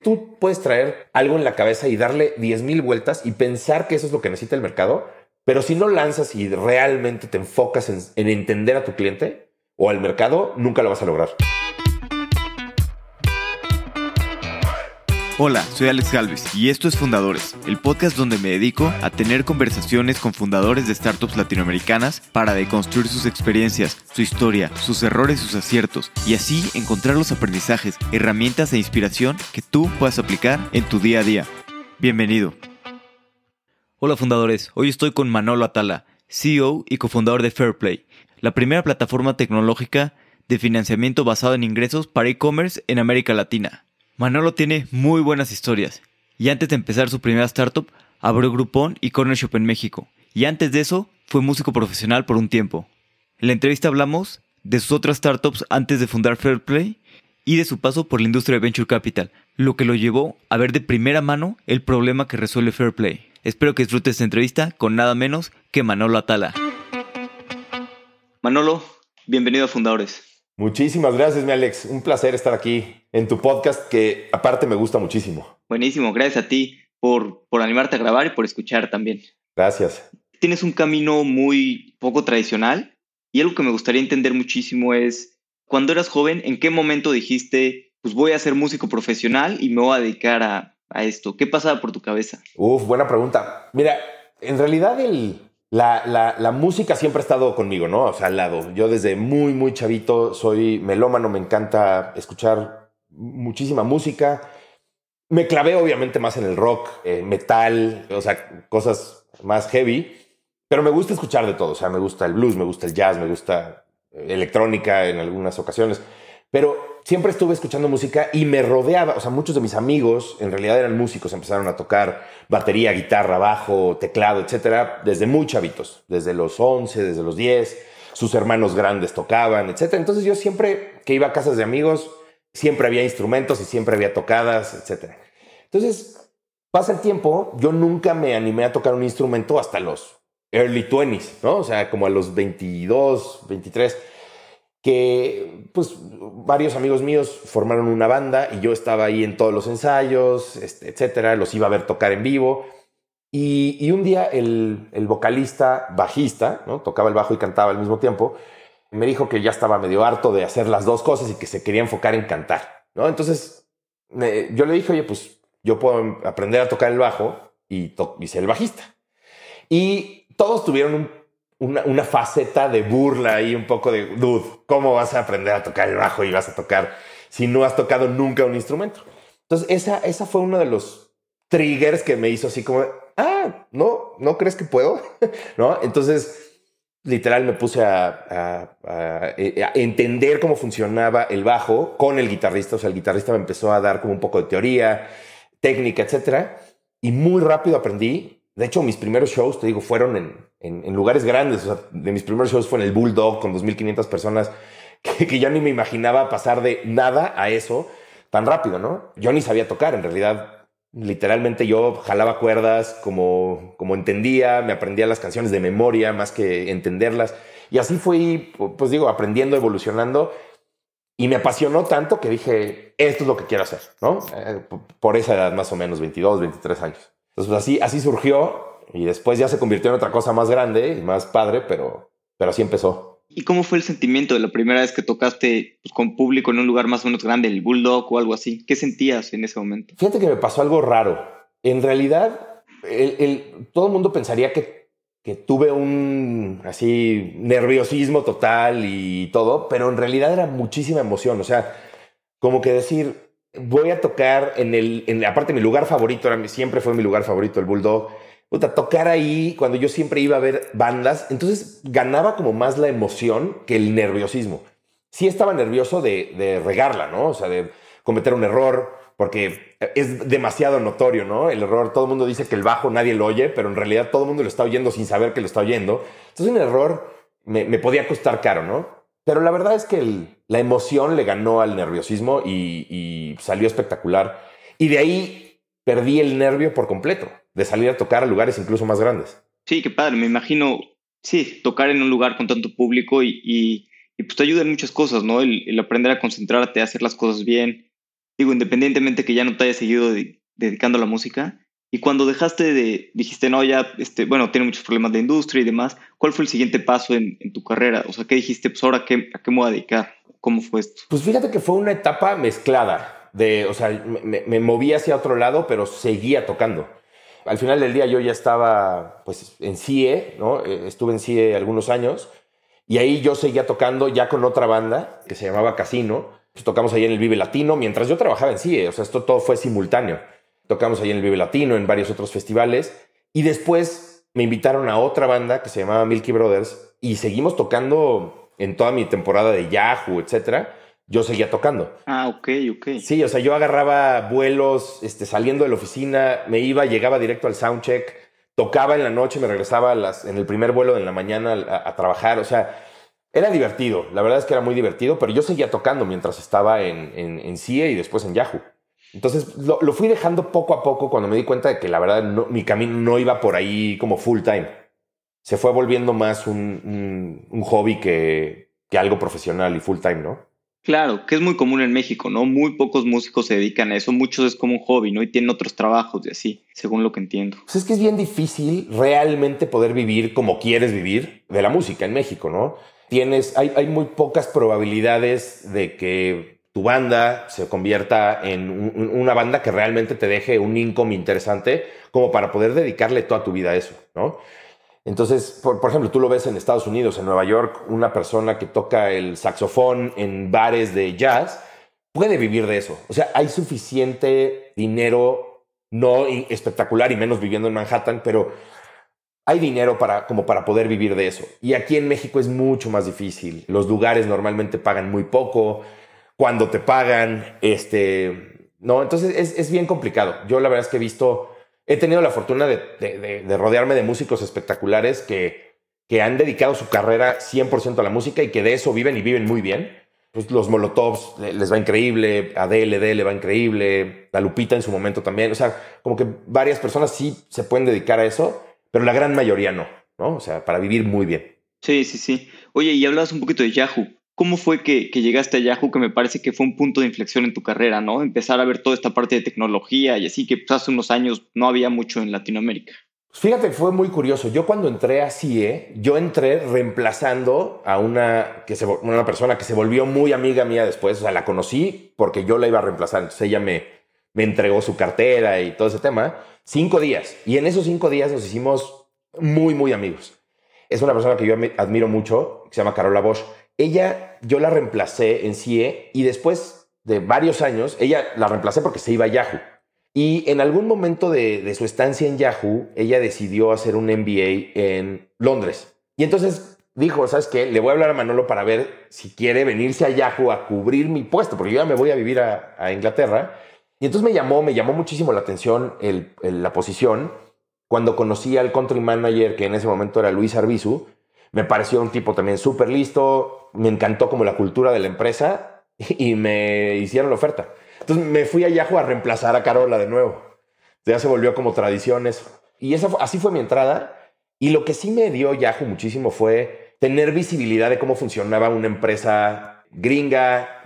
Tú puedes traer algo en la cabeza y darle 10,000 vueltas y pensar que eso es lo que necesita el mercado, pero si no lanzas y realmente te enfocas en entender a tu cliente o al mercado, nunca lo vas a lograr. Hola, soy Alex Galvez y esto es Fundadores, el podcast donde me dedico a tener conversaciones con fundadores de startups latinoamericanas para deconstruir sus experiencias, su historia, sus errores, sus aciertos y así encontrar los aprendizajes, herramientas e inspiración que tú puedas aplicar en tu día a día. Bienvenido. Hola fundadores, hoy estoy con Manolo Atala, CEO y cofundador de Fairplay, la primera plataforma tecnológica de financiamiento basado en ingresos para e-commerce en América Latina. Manolo tiene muy buenas historias y antes de empezar su primera startup abrió Groupon y Corner Shop en México y antes de eso fue músico profesional por un tiempo. En la entrevista hablamos de sus otras startups antes de fundar Fairplay y de su paso por la industria de Venture Capital, lo que lo llevó a ver de primera mano el problema que resuelve Fairplay. Espero que disfrutes esta entrevista con nada menos que Manolo Atala. Manolo, bienvenido a Fundadores. Muchísimas gracias, mi Alex. Un placer estar aquí en tu podcast, que aparte me gusta muchísimo. Buenísimo, gracias a ti por animarte a grabar y por escuchar también. Gracias. Tienes un camino muy poco tradicional y algo que me gustaría entender muchísimo es, cuando eras joven, ¿en qué momento dijiste, pues voy a ser músico profesional y me voy a dedicar a esto? ¿Qué pasaba por tu cabeza? Buena pregunta. Mira, en realidad la música siempre ha estado conmigo, ¿no? O sea, al lado. Yo desde muy, muy chavito soy melómano, me encanta escuchar muchísima música. Me clavé obviamente más en el rock, metal, o sea, cosas más heavy, pero me gusta escuchar de todo. O sea, me gusta el blues, me gusta el jazz, me gusta electrónica en algunas ocasiones, pero siempre estuve escuchando música y me rodeaba, o sea, muchos de mis amigos en realidad eran músicos, empezaron a tocar batería, guitarra, bajo, teclado, etcétera, desde muy chavitos, desde los 11, desde los 10, sus hermanos grandes tocaban, etcétera. Entonces yo siempre que iba a casas de amigos, siempre había instrumentos y siempre había tocadas, etcétera. Entonces, pasa el tiempo, yo nunca me animé a tocar un instrumento hasta los early 20s, ¿no? O sea, como a los 22, 23, que pues varios amigos míos formaron una banda y yo estaba ahí en todos los ensayos, etcétera, los iba a ver tocar en vivo. Y un día el vocalista bajista, ¿no? Tocaba el bajo y cantaba al mismo tiempo, me dijo que ya estaba medio harto de hacer las dos cosas y que se quería enfocar en cantar, ¿no? Entonces yo le dije, oye, pues yo puedo aprender a tocar el bajo y ser el bajista. Y todos tuvieron una faceta de burla y un poco de, dude, ¿cómo vas a aprender a tocar el bajo y vas a tocar si no has tocado nunca un instrumento? Entonces esa fue uno de los triggers que me hizo así como, ¿no crees que puedo? ¿No? Entonces, literal me puse a entender cómo funcionaba el bajo con el guitarrista. O sea, el guitarrista me empezó a dar como un poco de teoría, técnica, etcétera. Y muy rápido aprendí. De hecho, mis primeros shows, te digo, fueron en lugares grandes. O sea, de mis primeros shows fue en el Bulldog con 2,500 personas que ya ni me imaginaba pasar de nada a eso tan rápido, ¿no? Yo ni sabía tocar, en realidad. Literalmente yo jalaba cuerdas como entendía, me aprendía las canciones de memoria más que entenderlas. Y así fui, pues digo, aprendiendo, evolucionando. Y me apasionó tanto que dije, esto es lo que quiero hacer, ¿no? Por esa edad, más o menos, 22, 23 años. Entonces, pues así surgió y después ya se convirtió en otra cosa más grande y más padre, pero así empezó. ¿Y cómo fue el sentimiento de la primera vez que tocaste pues, con público en un lugar más o menos grande, el Bulldog o algo así? ¿Qué sentías en ese momento? Fíjate que me pasó algo raro. En realidad, todo el mundo pensaría que tuve un así nerviosismo total y todo, pero en realidad era muchísima emoción. O sea, como que decir, voy a tocar aparte mi lugar favorito, siempre fue mi lugar favorito, el Bulldog. Tocar ahí cuando yo siempre iba a ver bandas, entonces ganaba como más la emoción que el nerviosismo. Sí estaba nervioso de regarla, ¿no? O sea, de cometer un error, porque es demasiado notorio, ¿no? El error, todo el mundo dice que el bajo nadie lo oye, pero en realidad todo el mundo lo está oyendo sin saber que lo está oyendo. Entonces un error me podía costar caro, ¿no? Pero la verdad es que la emoción le ganó al nerviosismo y salió espectacular. Y de ahí perdí el nervio por completo, de salir a tocar a lugares incluso más grandes. Sí, qué padre. Me imagino, sí, tocar en un lugar con tanto público y pues te ayuda en muchas cosas, ¿no? El aprender a concentrarte, a hacer las cosas bien. Digo, independientemente que ya no te hayas seguido dedicando a la música. Y cuando dijiste, no, ya, bueno, tiene muchos problemas de industria y demás, ¿cuál fue el siguiente paso en tu carrera? O sea, ¿qué dijiste? Pues ahora, ¿a qué me voy a dedicar? ¿Cómo fue esto? Pues fíjate que fue una etapa mezclada o sea, me moví hacia otro lado, pero seguía tocando. Al final del día yo ya estaba pues en CIE, ¿no? Estuve en CIE algunos años y ahí yo seguía tocando ya con otra banda que se llamaba Casino. Pues tocamos ahí en el Vive Latino mientras yo trabajaba en CIE, o sea, esto todo fue simultáneo. Tocamos ahí en el Vive Latino, en varios otros festivales y después me invitaron a otra banda que se llamaba Milky Brothers y seguimos tocando en toda mi temporada de Yahoo, etcétera. Yo seguía tocando. Ah, ok. Sí, o sea, yo agarraba vuelos, saliendo de la oficina, llegaba directo al soundcheck, tocaba en la noche, me regresaba en el primer vuelo de la mañana a trabajar. O sea, era divertido. La verdad es que era muy divertido, pero yo seguía tocando mientras estaba en CIE y después en Yahoo. Entonces lo fui dejando poco a poco cuando me di cuenta de que la verdad mi camino no iba por ahí como full time. Se fue volviendo más un hobby que algo profesional y full time, ¿no? Claro, que es muy común en México, ¿no? Muy pocos músicos se dedican a eso, muchos es como un hobby, ¿no? Y tienen otros trabajos y así, según lo que entiendo. Pues es que es bien difícil realmente poder vivir como quieres vivir de la música en México, ¿no? Hay muy pocas probabilidades de que tu banda se convierta en una banda que realmente te deje un income interesante como para poder dedicarle toda tu vida a eso, ¿no? Entonces, por ejemplo, tú lo ves en Estados Unidos, en Nueva York, una persona que toca el saxofón en bares de jazz puede vivir de eso. O sea, hay suficiente dinero, no espectacular y menos viviendo en Manhattan, pero hay dinero como para poder vivir de eso. Y aquí en México es mucho más difícil. Los lugares normalmente pagan muy poco. Cuando te pagan, no, entonces es bien complicado. Yo la verdad es que he tenido la fortuna de rodearme de músicos espectaculares que han dedicado su carrera 100% a la música y que de eso viven y viven muy bien. Pues los Molotovs les va increíble, a DLD le va increíble, la Lupita en su momento también. O sea, como que varias personas sí se pueden dedicar a eso, pero la gran mayoría no, ¿no? O sea, para vivir muy bien. Sí. Oye, y hablabas un poquito de Yahoo. ¿Cómo fue que llegaste a Yahoo? Que me parece que fue un punto de inflexión en tu carrera, ¿no? Empezar a ver toda esta parte de tecnología y así que pues, hace unos años no había mucho en Latinoamérica. Fíjate, fue muy curioso. Yo cuando entré a CIE, yo entré reemplazando a una persona que se volvió muy amiga mía después. O sea, la conocí porque yo la iba a reemplazar. Entonces ella me entregó su cartera y todo ese tema. 5 días. Y en esos 5 días nos hicimos muy, muy amigos. Es una persona que yo admiro mucho, que se llama Carola Bosch. Yo la reemplacé en CIE y después de varios años, ella la reemplacé porque se iba a Yahoo. Y en algún momento de su estancia en Yahoo, ella decidió hacer un MBA en Londres. Y entonces dijo, ¿sabes qué? Le voy a hablar a Manolo para ver si quiere venirse a Yahoo a cubrir mi puesto, porque yo ya me voy a vivir a Inglaterra. Y entonces me llamó muchísimo la atención la posición. Cuando conocí al country manager, que en ese momento era Luis Arbizu, me pareció un tipo también súper listo, me encantó como la cultura de la empresa y me hicieron la oferta. Entonces me fui a Yahoo a reemplazar a Carola de nuevo. Ya se volvió como tradición eso. Y así fue mi entrada. Y lo que sí me dio Yahoo muchísimo fue tener visibilidad de cómo funcionaba una empresa gringa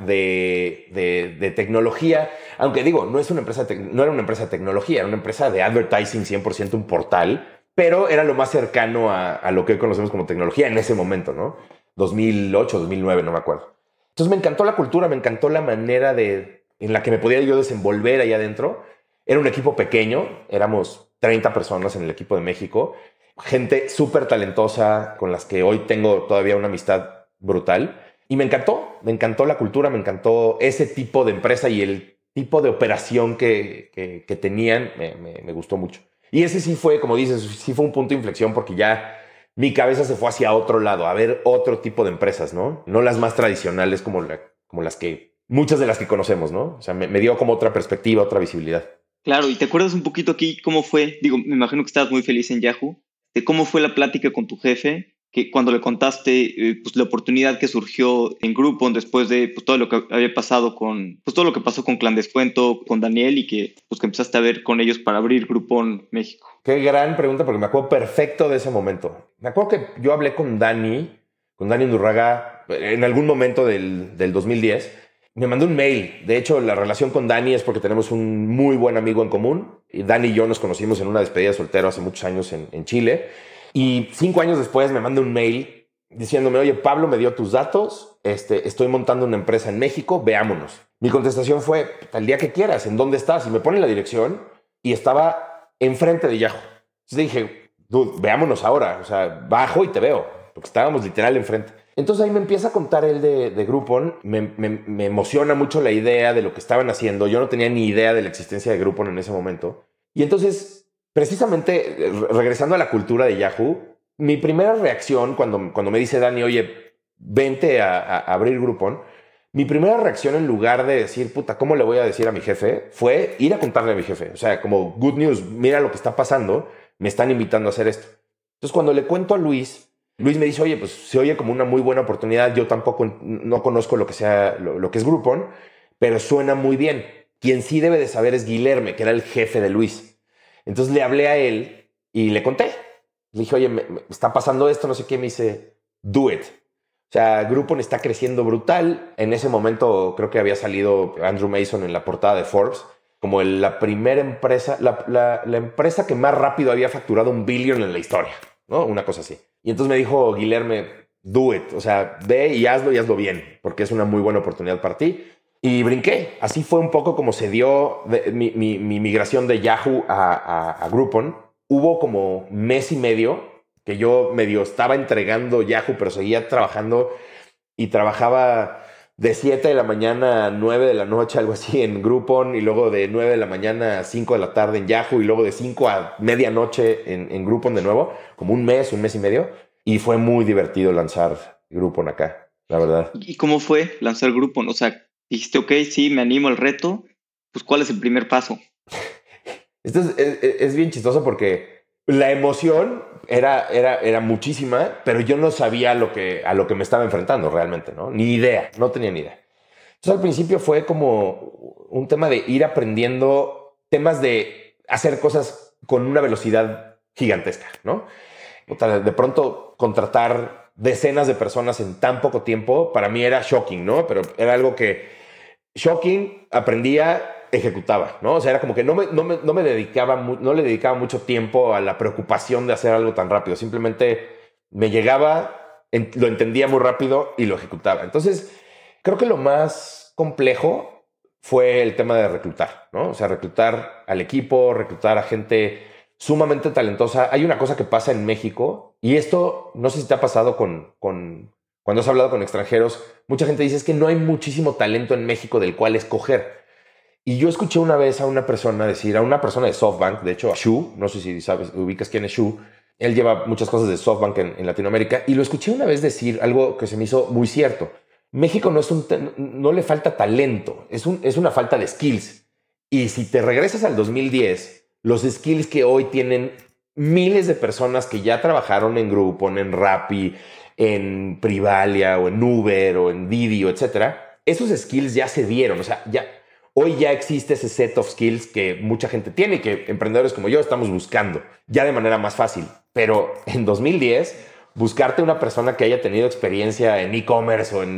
de tecnología. Aunque digo, no era una empresa de tecnología, era una empresa de advertising 100%, un portal, pero era lo más cercano a lo que hoy conocemos como tecnología en ese momento, ¿no? 2008, 2009, no me acuerdo. Entonces me encantó la cultura, me encantó la manera en la que me podía yo desenvolver ahí adentro. Era un equipo pequeño, éramos 30 personas en el equipo de México, gente súper talentosa con las que hoy tengo todavía una amistad brutal. Y me encantó la cultura, me encantó ese tipo de empresa y el tipo de operación que tenían, me gustó mucho. Y ese sí fue, como dices, sí fue un punto de inflexión porque ya mi cabeza se fue hacia otro lado, a ver otro tipo de empresas, ¿no? No las más tradicionales como muchas de las que conocemos, ¿no? O sea, me dio como otra perspectiva, otra visibilidad. Claro, ¿y te acuerdas un poquito aquí cómo fue? Digo, me imagino que estabas muy feliz en Yahoo, de cómo fue la plática con tu jefe, que cuando le contaste pues, la oportunidad que surgió en Groupon después de pues, todo lo que había pasado todo lo que pasó con Clan Descuento, con Daniel y que empezaste a ver con ellos para abrir Groupon México. Qué gran pregunta, porque me acuerdo perfecto de ese momento. Me acuerdo que yo hablé con Dani Undurraga en algún momento del 2010 me mandó un mail. De hecho, la relación con Dani es porque tenemos un muy buen amigo en común. Y Dani y yo nos conocimos en una despedida de soltero hace muchos años en Chile. Y 5 años después me manda un mail diciéndome, oye, Pablo me dio tus datos, estoy montando una empresa en México, veámonos. Mi contestación fue, el día que quieras, ¿en dónde estás? Y me pone la dirección y estaba enfrente de Yahoo. Entonces dije, dude, veámonos ahora, o sea, bajo y te veo, porque estábamos literal enfrente. Entonces ahí me empieza a contar él de Groupon, me emociona mucho la idea de lo que estaban haciendo, yo no tenía ni idea de la existencia de Groupon en ese momento. Y entonces, precisamente, regresando a la cultura de Yahoo, mi primera reacción cuando me dice Dani, oye, vente a abrir Groupon, mi primera reacción en lugar de decir, puta, ¿cómo le voy a decir a mi jefe? Fue ir a contarle a mi jefe. O sea, como good news, mira lo que está pasando, me están invitando a hacer esto. Entonces, cuando le cuento a Luis me dice, oye, pues se oye como una muy buena oportunidad, yo tampoco no conozco lo que sea, lo que es Groupon, pero suena muy bien. Quien sí debe de saber es Guilherme, que era el jefe de Luis. Entonces le hablé a él y le conté. Le dije, oye, me está pasando esto, no sé qué. Me dice, do it. O sea, Groupon está creciendo brutal. En ese momento creo que había salido Andrew Mason en la portada de Forbes como la primera empresa, la empresa que más rápido había facturado $1 billion en la historia, ¿no? Una cosa así. Y entonces me dijo, Guilherme, do it. O sea, ve y hazlo bien, porque es una muy buena oportunidad para ti. Y brinqué. Así fue un poco como se dio mi migración de Yahoo a Groupon. Hubo como mes y medio que yo medio estaba entregando Yahoo, pero seguía trabajando y trabajaba de 7 de la mañana a 9 de la noche, algo así, en Groupon, y luego de 9 de la mañana a 5 de la tarde en Yahoo, y luego de 5 a medianoche en Groupon de nuevo, como un mes y medio. Y fue muy divertido lanzar Groupon acá, la verdad. ¿Y cómo fue lanzar Groupon? O sea, dijiste, ok, sí, me animo al reto. Pues, ¿cuál es el primer paso? Esto es bien chistoso porque la emoción era muchísima, pero yo no sabía a lo que me estaba enfrentando realmente, ¿no? Ni idea, no tenía ni idea. Entonces al principio fue como un tema de ir aprendiendo temas de hacer cosas con una velocidad gigantesca, ¿no? De pronto contratar decenas de personas en tan poco tiempo, para mí era shocking, ¿no? Pero era algo que shocking, aprendía, ejecutaba, ¿no? O sea, era como que no le dedicaba mucho tiempo a la preocupación de hacer algo tan rápido. Simplemente me llegaba, lo entendía muy rápido y lo ejecutaba. Entonces, creo que lo más complejo fue el tema de reclutar, ¿no? O sea, reclutar al equipo, reclutar a gente sumamente talentosa. Hay una cosa que pasa en México, y esto no sé si te ha pasado cuando has hablado con extranjeros. Mucha gente dice es que no hay muchísimo talento en México del cual escoger. Y yo escuché una vez a una persona decir, a una persona de SoftBank, de hecho a Shu, no sé si sabes, ubicas quién es Shu, él lleva muchas cosas de SoftBank en Latinoamérica, y lo escuché una vez decir algo que se me hizo muy cierto. México no le falta talento, es una falta de skills. Y si te regresas al 2010, los skills que hoy tienen miles de personas que ya trabajaron en Groupon, en Rappi, en Privalia o en Uber o en Didi, etcétera, esos skills ya se dieron. O sea, hoy ya existe ese set of skills que mucha gente tiene y que emprendedores como yo estamos buscando ya de manera más fácil. Pero en 2010, buscarte una persona que haya tenido experiencia en e-commerce o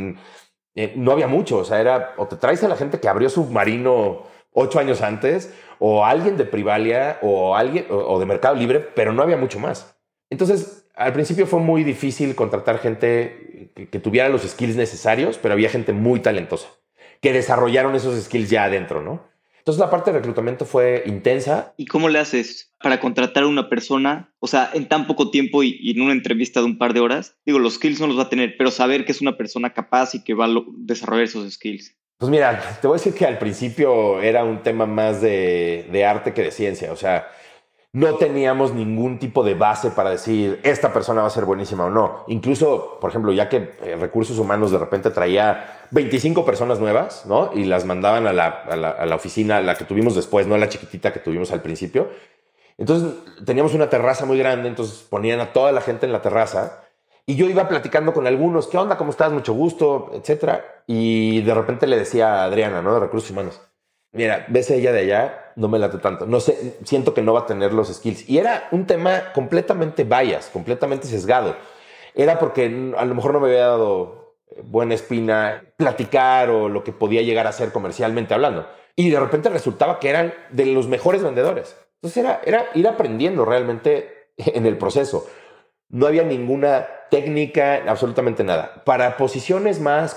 no había mucho. O sea, o te traes a la gente que abrió Submarino 8 años antes, o alguien de Privalia o alguien o de Mercado Libre, pero no había mucho más. Entonces, al principio fue muy difícil contratar gente que tuviera los skills necesarios, pero había gente muy talentosa que desarrollaron esos skills ya adentro, ¿no? Entonces la parte de reclutamiento fue intensa. ¿Y cómo le haces para contratar a una persona, o sea, en tan poco tiempo y en una entrevista de un par de horas? Digo, los skills no los va a tener, pero saber que es una persona capaz y que va a desarrollar esos skills. Pues mira, te voy a decir que al principio era un tema más de arte que de ciencia. O sea, no teníamos ningún tipo de base para decir esta persona va a ser buenísima o no. Incluso, por ejemplo, ya que Recursos Humanos de repente traía 25 personas nuevas, ¿no? Y las mandaban a la oficina, la que tuvimos después, no la chiquitita que tuvimos al principio. Entonces teníamos una terraza muy grande, entonces ponían a toda la gente en la terraza y yo iba platicando con algunos, ¿qué onda? ¿Cómo estás? Mucho gusto, etcétera. Y de repente le decía a Adriana, ¿no? De Recursos Humanos, mira, ves a ella de allá, no me late tanto. No sé, siento que no va a tener los skills. Y era un tema completamente bias, completamente sesgado. Era porque a lo mejor no me había dado buena espina platicar o lo que podía llegar a ser comercialmente hablando. Y de repente resultaba que eran de los mejores vendedores. Entonces era ir aprendiendo realmente en el proceso. No había ninguna técnica, absolutamente nada. Para posiciones más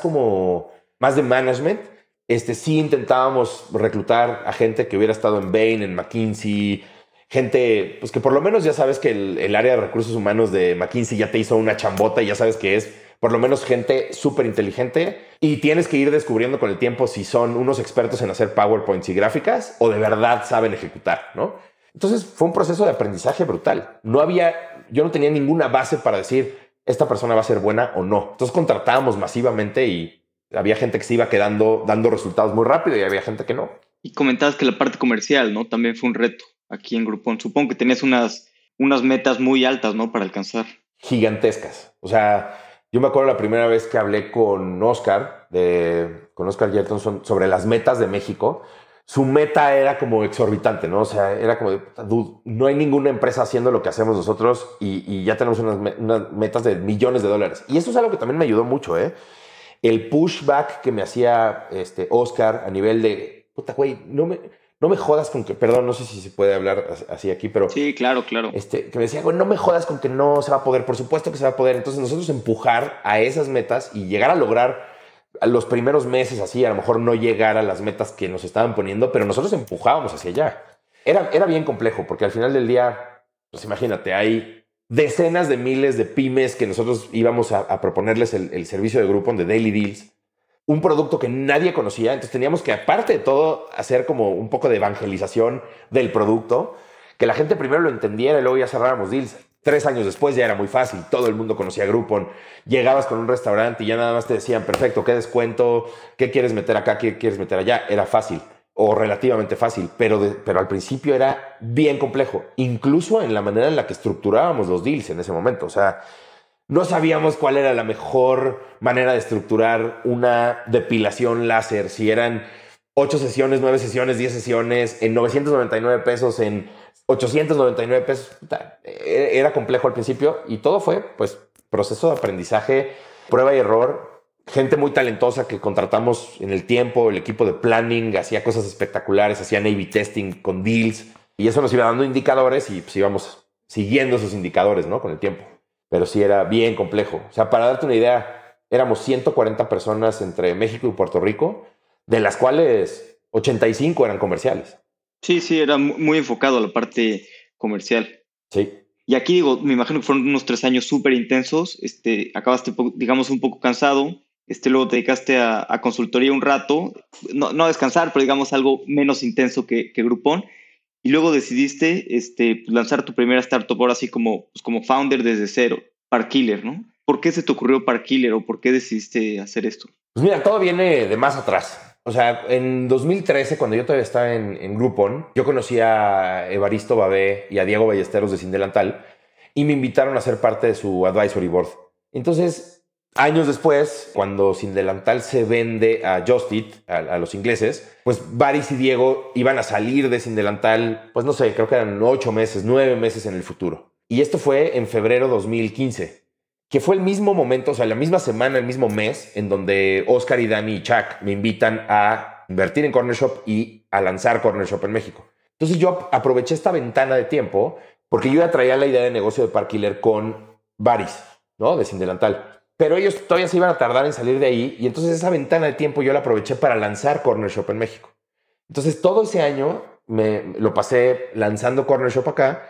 de management, sí intentábamos reclutar a gente que hubiera estado en Bain, en McKinsey, gente pues que por lo menos ya sabes que el área de recursos humanos de McKinsey ya te hizo una chambota y ya sabes que es por lo menos gente súper inteligente y tienes que ir descubriendo con el tiempo si son unos expertos en hacer PowerPoints y gráficas o de verdad saben ejecutar, ¿no? Entonces fue un proceso de aprendizaje brutal. Yo no tenía ninguna base para decir esta persona va a ser buena o no. Entonces contratábamos masivamente y había gente que se iba quedando dando resultados muy rápido y había gente que no. Y comentabas que la parte comercial, ¿no? También fue un reto aquí en Groupon. Supongo que tenías unas metas muy altas, ¿no? Para alcanzar. Gigantescas. O sea, yo me acuerdo la primera vez que hablé con Oscar Yertonson sobre las metas de México. Su meta era como exorbitante, ¿no? O sea, era como de, dude, no hay ninguna empresa haciendo lo que hacemos nosotros y ya tenemos unas metas de millones de dólares. Y eso es algo que también me ayudó mucho, ¿eh? El pushback que me hacía Oscar a nivel de, puta, güey, no me jodas con que, perdón, no sé si se puede hablar así aquí, pero... Sí, claro. Que me decía, güey, no me jodas con que no se va a poder, por supuesto que se va a poder. Entonces nosotros empujar a esas metas y llegar a lograr a los primeros meses así, a lo mejor no llegar a las metas que nos estaban poniendo, pero nosotros empujábamos hacia allá. Era bien complejo porque al final del día, pues imagínate, hay decenas de miles de pymes que nosotros íbamos a proponerles el servicio de Groupon de Daily Deals, un producto que nadie conocía, entonces teníamos que, aparte de todo, hacer como un poco de evangelización del producto, que la gente primero lo entendiera y luego ya cerráramos deals. 3 años después ya era muy fácil, todo el mundo conocía Groupon, llegabas con un restaurante y ya nada más te decían, perfecto, ¿qué descuento? ¿Qué quieres meter acá? ¿Qué quieres meter allá? Era fácil o relativamente fácil, pero al principio era bien complejo, incluso en la manera en la que estructurábamos los deals en ese momento. O sea, no sabíamos cuál era la mejor manera de estructurar una depilación láser, si eran 8 sesiones, 9 sesiones, 10 sesiones, en 999 pesos, en 899 pesos. Era complejo al principio y todo fue, pues, proceso de aprendizaje, prueba y error. Gente muy talentosa que contratamos en el tiempo, el equipo de planning hacía cosas espectaculares, hacían A/B testing con deals y eso nos iba dando indicadores y pues íbamos siguiendo esos indicadores, ¿no? Con el tiempo. Pero sí era bien complejo. O sea, para darte una idea, éramos 140 personas entre México y Puerto Rico, de las cuales 85 eran comerciales. Sí, era muy enfocado a la parte comercial. Sí. Y aquí digo, me imagino que fueron unos 3 años súper intensos. Acabaste, digamos, un poco cansado. Luego te dedicaste a consultoría un rato. No a descansar, pero digamos algo menos intenso que Groupon. Y luego decidiste lanzar tu primera startup ahora así como founder desde cero, Parkiller, ¿no? ¿Por qué se te ocurrió Parkiller o por qué decidiste hacer esto? Pues mira, todo viene de más atrás. O sea, en 2013, cuando yo todavía estaba en Groupon, yo conocí a Evaristo Babé y a Diego Ballesteros de Sin Delantal y me invitaron a ser parte de su advisory board. Entonces, años después, cuando Sin Delantal se vende a Just Eat, a los ingleses, pues Baris y Diego iban a salir de Sin Delantal, pues no sé, creo que eran 8 meses, 9 meses en el futuro. Y esto fue en febrero 2015. Que fue el mismo momento, o sea, la misma semana, el mismo mes, en donde Oscar y Dani y Chuck me invitan a invertir en Corner Shop y a lanzar Corner Shop en México. Entonces yo aproveché esta ventana de tiempo porque yo ya traía la idea de negocio de Parkiller con Baris, ¿no? De Sin Delantal. Pero ellos todavía se iban a tardar en salir de ahí y entonces esa ventana de tiempo yo la aproveché para lanzar Corner Shop en México. Entonces todo ese año lo pasé lanzando Corner Shop acá,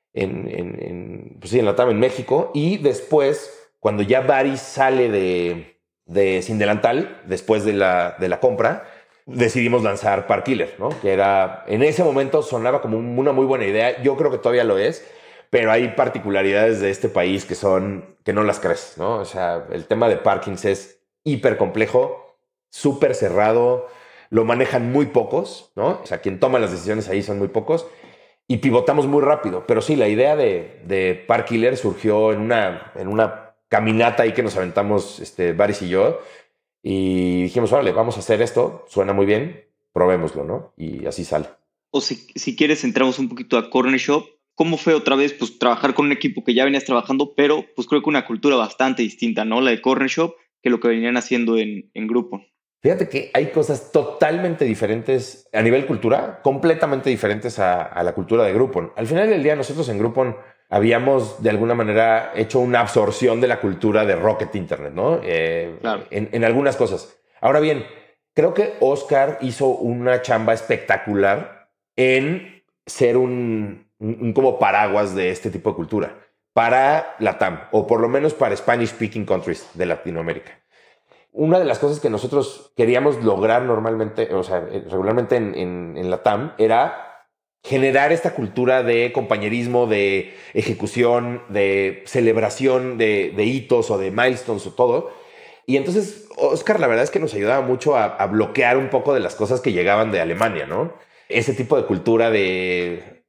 en la TAM en México, y después, cuando ya Baris sale de Sin Delantal, después de la compra, decidimos lanzar Parkiller, ¿no? Que era, en ese momento sonaba como una muy buena idea, yo creo que todavía lo es, pero hay particularidades de este país que no las crees, ¿no? O sea, el tema de parkings es hiper complejo, súper cerrado, lo manejan muy pocos, ¿no? O sea, quien toma las decisiones ahí son muy pocos, y pivotamos muy rápido. Pero sí, la idea de Parkiller surgió en una caminata ahí que nos aventamos Baris y yo. Y dijimos, órale, vamos a hacer esto. Suena muy bien, probémoslo, ¿no? Y así sale. O si quieres, entramos un poquito a Corner Shop. ¿Cómo fue otra vez pues trabajar con un equipo que ya venías trabajando, pero pues creo que una cultura bastante distinta, ¿no? La de Corner Shop, que lo que venían haciendo en grupo. Fíjate que hay cosas totalmente diferentes a nivel cultura, completamente diferentes a la cultura de Groupon. Al final del día, nosotros en Groupon habíamos de alguna manera hecho una absorción de la cultura de Rocket Internet, ¿no? Claro. En algunas cosas. Ahora bien, creo que Oscar hizo una chamba espectacular en ser un como paraguas de este tipo de cultura para LATAM, o por lo menos para Spanish speaking countries de Latinoamérica. Una de las cosas que nosotros queríamos lograr normalmente, o sea, regularmente en LATAM, era generar esta cultura de compañerismo, de ejecución, de celebración de hitos o de milestones o todo. Y entonces Oscar, la verdad es que nos ayudaba mucho a bloquear un poco de las cosas que llegaban de Alemania, ¿no? Ese tipo de cultura de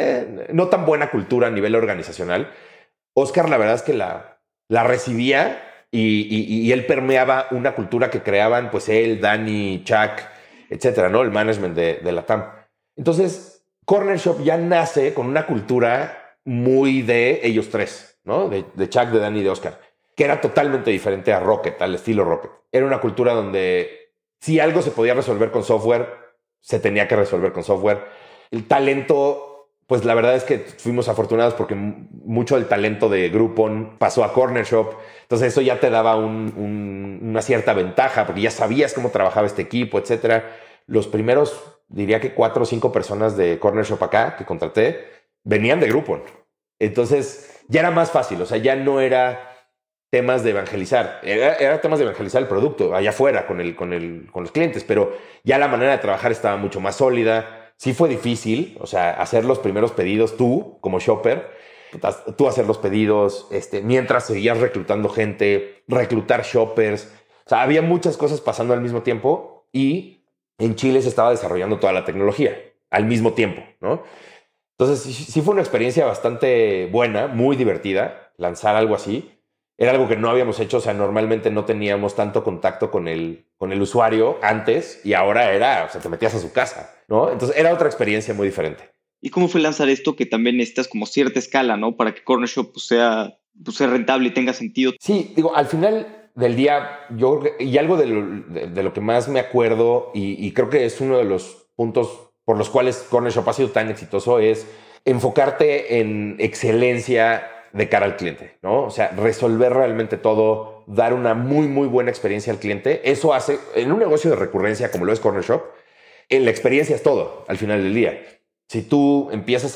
no tan buena cultura a nivel organizacional. Oscar, la verdad es que la recibía y él permeaba una cultura que creaban pues él, Dani, Chuck, etcétera, ¿no? El management de la TAM. Entonces, Corner Shop ya nace con una cultura muy de ellos tres, ¿no? De Chuck, de Dani y de Oscar, que era totalmente diferente a Rocket, al estilo Rocket. Era una cultura donde si algo se podía resolver con software, se tenía que resolver con software. El talento, pues la verdad es que fuimos afortunados porque mucho del talento de Groupon pasó a Corner Shop. Entonces eso ya te daba una cierta ventaja porque ya sabías cómo trabajaba este equipo, etcétera. Los primeros, diría que 4 o 5 personas de Corner Shop acá que contraté venían de Groupon. Entonces ya era más fácil, o sea, ya no era temas de evangelizar, era temas de evangelizar el producto allá afuera con los clientes, pero ya la manera de trabajar estaba mucho más sólida. Sí fue difícil, o sea, hacer los primeros pedidos tú como shopper, tú hacer los pedidos, mientras seguías reclutando gente, reclutar shoppers. O sea, había muchas cosas pasando al mismo tiempo y en Chile se estaba desarrollando toda la tecnología al mismo tiempo, ¿no? Entonces sí fue una experiencia bastante buena, muy divertida, lanzar algo así. Era algo que no habíamos hecho, o sea, normalmente no teníamos tanto contacto con el usuario antes y ahora era, o sea, te metías a su casa, ¿no? Entonces era otra experiencia muy diferente. ¿Y cómo fue lanzar esto que también necesitas como cierta escala, ¿no? Para que Corner Shop pues, sea rentable y tenga sentido. Sí, digo, al final del día, yo creo que, y algo de lo que más me acuerdo y creo que es uno de los puntos por los cuales Corner Shop ha sido tan exitoso es enfocarte en excelencia de cara al cliente, ¿no? O sea, resolver realmente todo, dar una muy, muy buena experiencia al cliente. Eso hace, en un negocio de recurrencia como lo es Corner Shop, la experiencia es todo al final del día. Si tú empiezas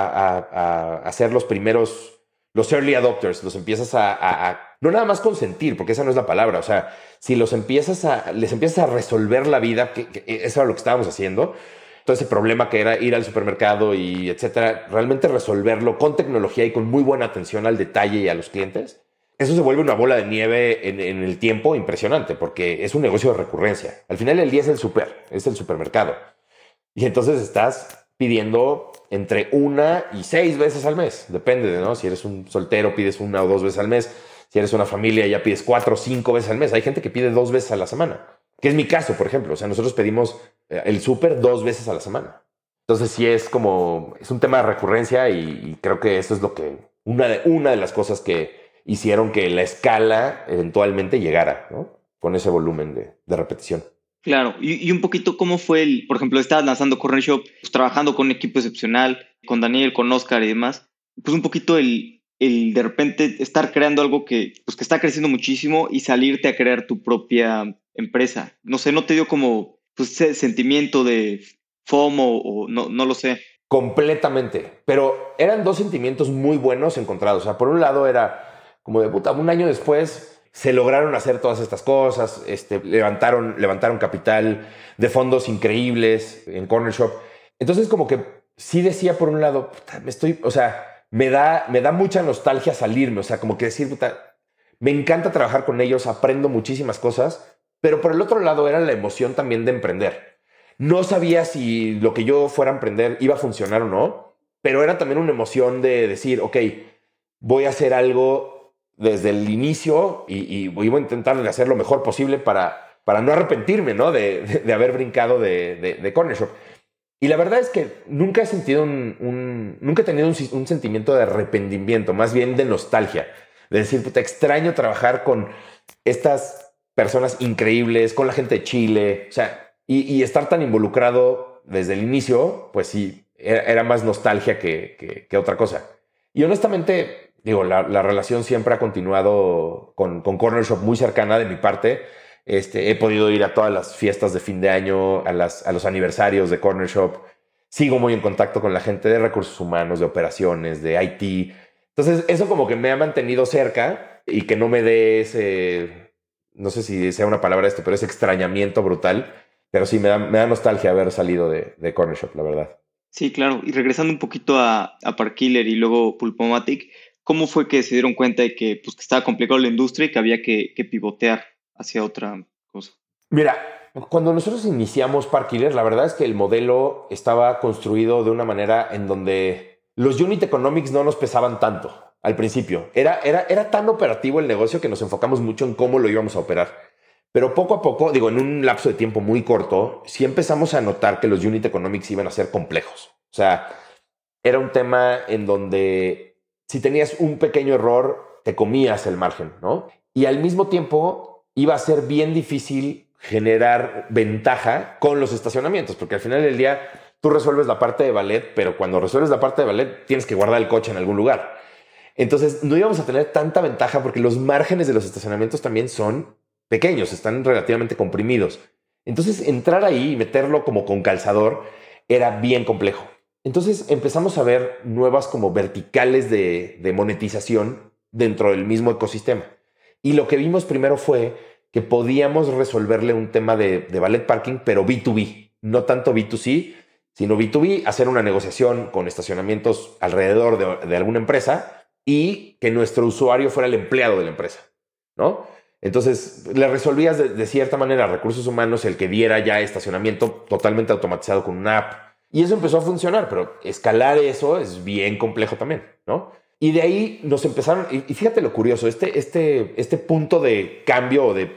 a hacer los primeros, los early adopters, los empiezas no nada más consentir, porque esa no es la palabra, o sea, si les empiezas a resolver la vida, que eso era lo que estábamos haciendo, todo ese problema que era ir al supermercado y etcétera, realmente resolverlo con tecnología y con muy buena atención al detalle y a los clientes, eso se vuelve una bola de nieve en el tiempo impresionante, porque es un negocio de recurrencia. Al final del día es el supermercado. Y entonces estás pidiendo entre 1 y 6 veces al mes. Depende, ¿no? Si eres un soltero, pides 1 o 2 veces al mes. Si eres una familia, ya pides 4 o 5 veces al mes. Hay gente que pide 2 veces a la semana, que es mi caso, por ejemplo. O sea, nosotros pedimos el súper 2 veces a la semana. Entonces sí es un tema de recurrencia y creo que eso es lo que, una de las cosas que hicieron que la escala eventualmente llegara, ¿no? Con ese volumen de repetición. Claro, y un poquito cómo fue por ejemplo, estabas lanzando Corner Shop, pues, trabajando con un equipo excepcional, con Daniel, con Oscar y demás, pues un poquito el de repente estar creando algo que está creciendo muchísimo y salirte a crear tu propia empresa. No sé, ¿no te dio como ese sentimiento de FOMO o no lo sé? Completamente, pero eran 2 sentimientos muy buenos encontrados. O sea, por un lado era como de puta, un año después se lograron hacer todas estas cosas, levantaron capital de fondos increíbles en Corner Shop. Entonces como que sí decía por un lado, puta, me da mucha nostalgia salirme, o sea, como que decir, puta, me encanta trabajar con ellos, aprendo muchísimas cosas, pero por el otro lado era la emoción también de emprender. No sabía si lo que yo fuera a emprender iba a funcionar o no, pero era también una emoción de decir, ok, voy a hacer algo desde el inicio y voy a intentar hacer lo mejor posible para no arrepentirme, ¿no? de haber brincado de Corner Shop. Y la verdad es que nunca he sentido nunca he tenido un sentimiento de arrepentimiento, más bien de nostalgia, de decir, puta, extraño trabajar con estas personas increíbles con la gente de Chile, o sea, y estar tan involucrado desde el inicio, pues sí, era más nostalgia que otra cosa. Y honestamente, digo, la relación siempre ha continuado con Corner Shop muy cercana de mi parte. He podido ir a todas las fiestas de fin de año, a los aniversarios de Corner Shop. Sigo muy en contacto con la gente de recursos humanos, de operaciones, de IT. Entonces, eso como que me ha mantenido cerca y que no me dé ese, no sé si sea una palabra esto, pero ese extrañamiento brutal. Pero sí, me da nostalgia haber salido de Corner Shop, la verdad. Sí, claro. Y regresando un poquito a Parkiller y luego Pulpomatic, ¿cómo fue que se dieron cuenta de que, pues, que estaba complicado la industria y que había que pivotear hacia otra cosa? Mira, cuando nosotros iniciamos Parkiller, la verdad es que el modelo estaba construido de una manera en donde los unit economics no nos pesaban tanto al principio. Era tan operativo el negocio que nos enfocamos mucho en cómo lo íbamos a operar. Pero poco a poco, digo, en un lapso de tiempo muy corto, sí empezamos a notar que los unit economics iban a ser complejos. O sea, era un tema en donde si tenías un pequeño error, te comías el margen, ¿no? Y al mismo tiempo iba a ser bien difícil generar ventaja con los estacionamientos, porque al final del día tú resuelves la parte de ballet, pero cuando resuelves la parte de ballet tienes que guardar el coche en algún lugar. Entonces no íbamos a tener tanta ventaja porque los márgenes de los estacionamientos también son pequeños, están relativamente comprimidos. Entonces entrar ahí y meterlo como con calzador era bien complejo. Entonces empezamos a ver nuevas como verticales de monetización dentro del mismo ecosistema. Y lo que vimos primero fue que podíamos resolverle un tema de valet parking, pero B2B, no tanto B2C, sino B2B, hacer una negociación con estacionamientos alrededor de alguna empresa y que nuestro usuario fuera el empleado de la empresa, ¿no? Entonces le resolvías de cierta manera a recursos humanos el que diera ya estacionamiento totalmente automatizado con una app. Y eso empezó a funcionar, pero escalar eso es bien complejo también, ¿no? Y de ahí nos empezaron, y fíjate lo curioso, este punto de cambio de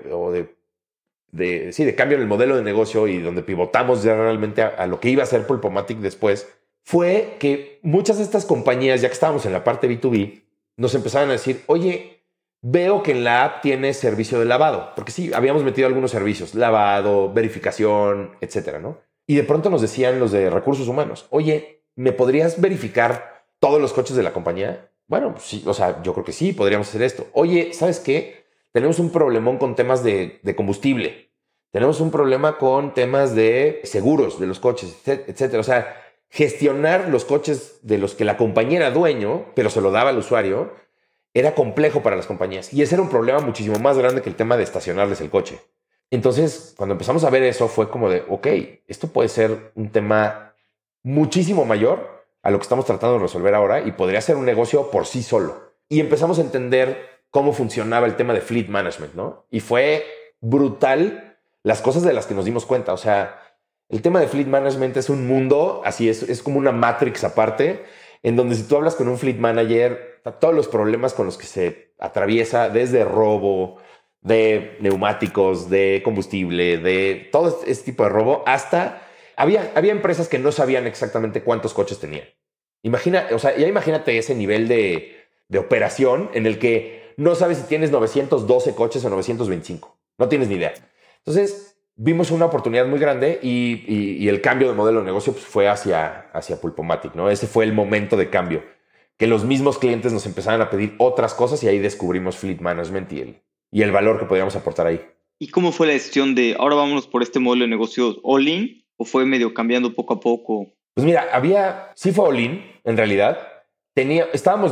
cambio en el modelo de negocio y donde pivotamos ya realmente a lo que iba a ser Pulpomatic después, fue que muchas de estas compañías, ya que estábamos en la parte B2B, nos empezaron a decir, oye, veo que en la app tiene servicio de lavado, porque sí, habíamos metido algunos servicios, lavado, verificación, etcétera, ¿no? Y de pronto nos decían los de recursos humanos, oye, ¿me podrías verificar todos los coches de la compañía? Bueno, sí, o sea, yo creo que sí, podríamos hacer esto. Oye, ¿sabes qué? Tenemos un problemón con temas de combustible. Tenemos un problema con temas de seguros de los coches, etcétera. O sea, gestionar los coches de los que la compañía era dueño, pero se lo daba al usuario, era complejo para las compañías. Y ese era un problema muchísimo más grande que el tema de estacionarles el coche. Entonces, cuando empezamos a ver eso, fue como de, ok, esto puede ser un tema muchísimo mayor a lo que estamos tratando de resolver ahora y podría ser un negocio por sí solo. Y empezamos a entender cómo funcionaba el tema de fleet management, ¿no? Y fue brutal las cosas de las que nos dimos cuenta. O sea, el tema de fleet management es un mundo, así es como una matrix aparte, en donde si tú hablas con un fleet manager, todos los problemas con los que se atraviesa, desde robo, de neumáticos, de combustible, de todo este tipo de robo, hasta había empresas que no sabían exactamente cuántos coches tenían. Imagínate ese nivel de operación en el que no sabes si tienes 912 coches o 925. No tienes ni idea. Entonces, vimos una oportunidad muy grande y el cambio de modelo de negocio pues, fue hacia Pulpomatic, ¿no? Ese fue el momento de cambio, que los mismos clientes nos empezaron a pedir otras cosas y ahí descubrimos fleet management y el valor que podíamos aportar ahí. ¿Y cómo fue la decisión de ahora vámonos por este modelo de negocios all-in o fue medio cambiando poco a poco? Pues mira, sí fue all-in en realidad. Estábamos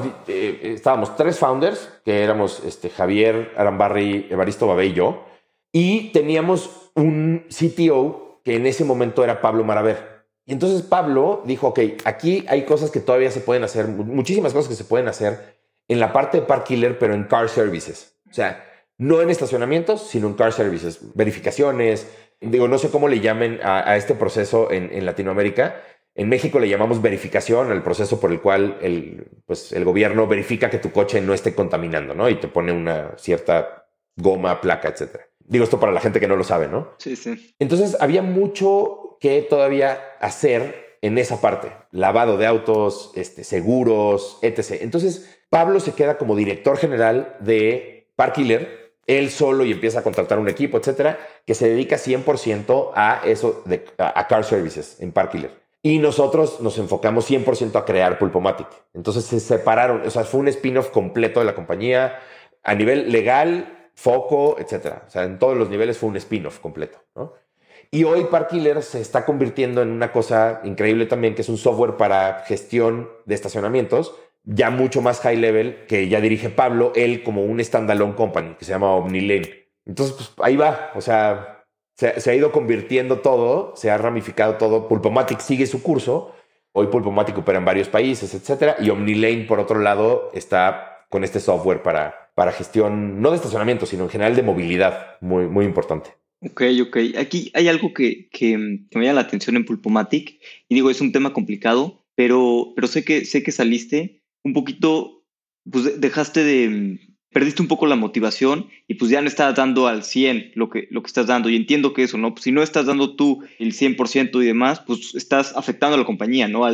3 founders, que éramos Javier Arambarri, Evaristo Babé y yo, y teníamos un CTO que en ese momento era Pablo Maraver. Y entonces Pablo dijo, ok, aquí hay cosas que todavía se pueden hacer, muchísimas cosas que se pueden hacer en la parte de Parkiller, pero en car services. O sea, no en estacionamientos, sino en car services, verificaciones. Digo, no sé cómo le llamen a este proceso en Latinoamérica. En México le llamamos verificación al proceso por el cual el gobierno verifica que tu coche no esté contaminando, ¿no? Y te pone una cierta goma, placa, etcétera. Digo esto para la gente que no lo sabe, ¿no? Sí, sí. Entonces había mucho que todavía hacer en esa parte. Lavado de autos, seguros, etc. Entonces Pablo se queda como director general de Parkiller él solo y empieza a contratar un equipo, etcétera, que se dedica 100% a eso, a car services en Parkiller. Y nosotros nos enfocamos 100% a crear Pulpomatic. Entonces se separaron, o sea, fue un spin-off completo de la compañía a nivel legal, foco, etcétera. O sea, en todos los niveles fue un spin-off completo, ¿no? Y hoy Parkiller se está convirtiendo en una cosa increíble también, que es un software para gestión de estacionamientos, ya mucho más high level, que ya dirige Pablo, él como un standalone company que se llama OmniLane. Entonces, pues ahí va, o sea, se ha ido convirtiendo todo, se ha ramificado todo. Pulpomatic sigue su curso, hoy Pulpomatic opera en varios países, etcétera, y OmniLane, por otro lado, está con este software para gestión, no de estacionamiento, sino en general de movilidad, muy, muy importante. Ok. Aquí hay algo que me llama la atención en Pulpomatic, y digo, es un tema complicado, pero sé que saliste un poquito, pues perdiste un poco la motivación y pues ya no estás dando al 100 lo que estás dando. Y entiendo que eso, ¿no? Pues si no estás dando tú el 100% y demás, pues estás afectando a la compañía, ¿no?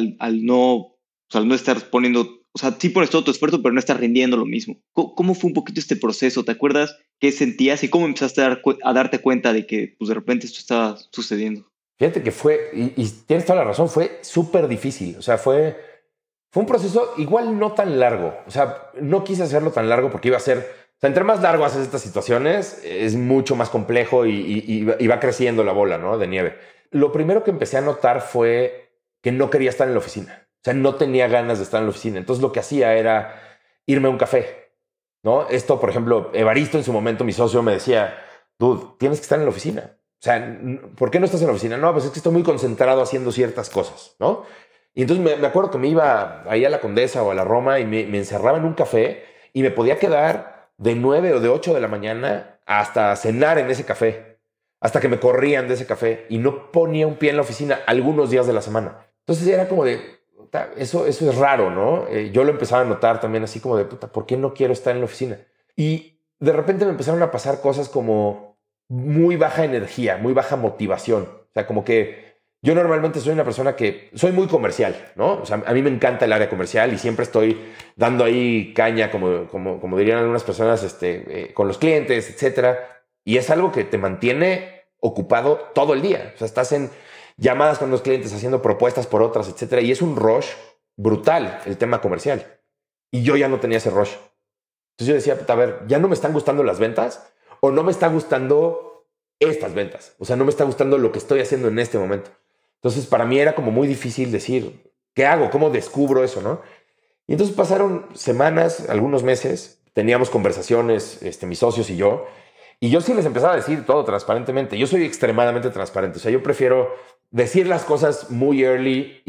Al no estar poniendo, o sea, sí pones todo tu esfuerzo, pero no estás rindiendo lo mismo. ¿Cómo fue un poquito este proceso? ¿Te acuerdas qué sentías y cómo empezaste a darte cuenta de que pues de repente esto estaba sucediendo? Fíjate que y tienes toda la razón, fue súper difícil. O sea, fue un proceso igual no tan largo. O sea, no quise hacerlo tan largo porque iba a ser... O sea, entre más largo haces estas situaciones, es mucho más complejo y va creciendo la bola, ¿no? De nieve. Lo primero que empecé a notar fue que no quería estar en la oficina. O sea, no tenía ganas de estar en la oficina. Entonces lo que hacía era irme a un café, ¿no? Esto, por ejemplo, Evaristo en su momento, mi socio, me decía, dude, tienes que estar en la oficina. O sea, ¿por qué no estás en la oficina? No, pues es que estoy muy concentrado haciendo ciertas cosas, ¿no? Y entonces me acuerdo que me iba ahí a la Condesa o a la Roma y me encerraba en un café y me podía quedar de 9 o de 8 de la mañana hasta cenar en ese café, hasta que me corrían de ese café y no ponía un pie en la oficina algunos días de la semana. Entonces era como de, eso es raro, ¿no? Yo lo empezaba a notar también así como de, puta, ¿por qué no quiero estar en la oficina? Y de repente me empezaron a pasar cosas como muy baja energía, muy baja motivación. O sea, como que yo normalmente soy una persona que soy muy comercial, ¿no? O sea, a mí me encanta el área comercial y siempre estoy dando ahí caña, como dirían algunas personas, con los clientes, etcétera. Y es algo que te mantiene ocupado todo el día. O sea, estás en llamadas con los clientes, haciendo propuestas por otras, etcétera. Y es un rush brutal el tema comercial. Y yo ya no tenía ese rush. Entonces yo decía, a ver, ya no me están gustando las ventas o no me está gustando estas ventas. O sea, no me está gustando lo que estoy haciendo en este momento. Entonces, para mí era como muy difícil decir, ¿qué hago? ¿Cómo descubro eso, no? Y entonces pasaron semanas, algunos meses, teníamos conversaciones, mis socios y yo sí les empezaba a decir todo transparentemente. Yo soy extremadamente transparente. O sea, yo prefiero decir las cosas muy early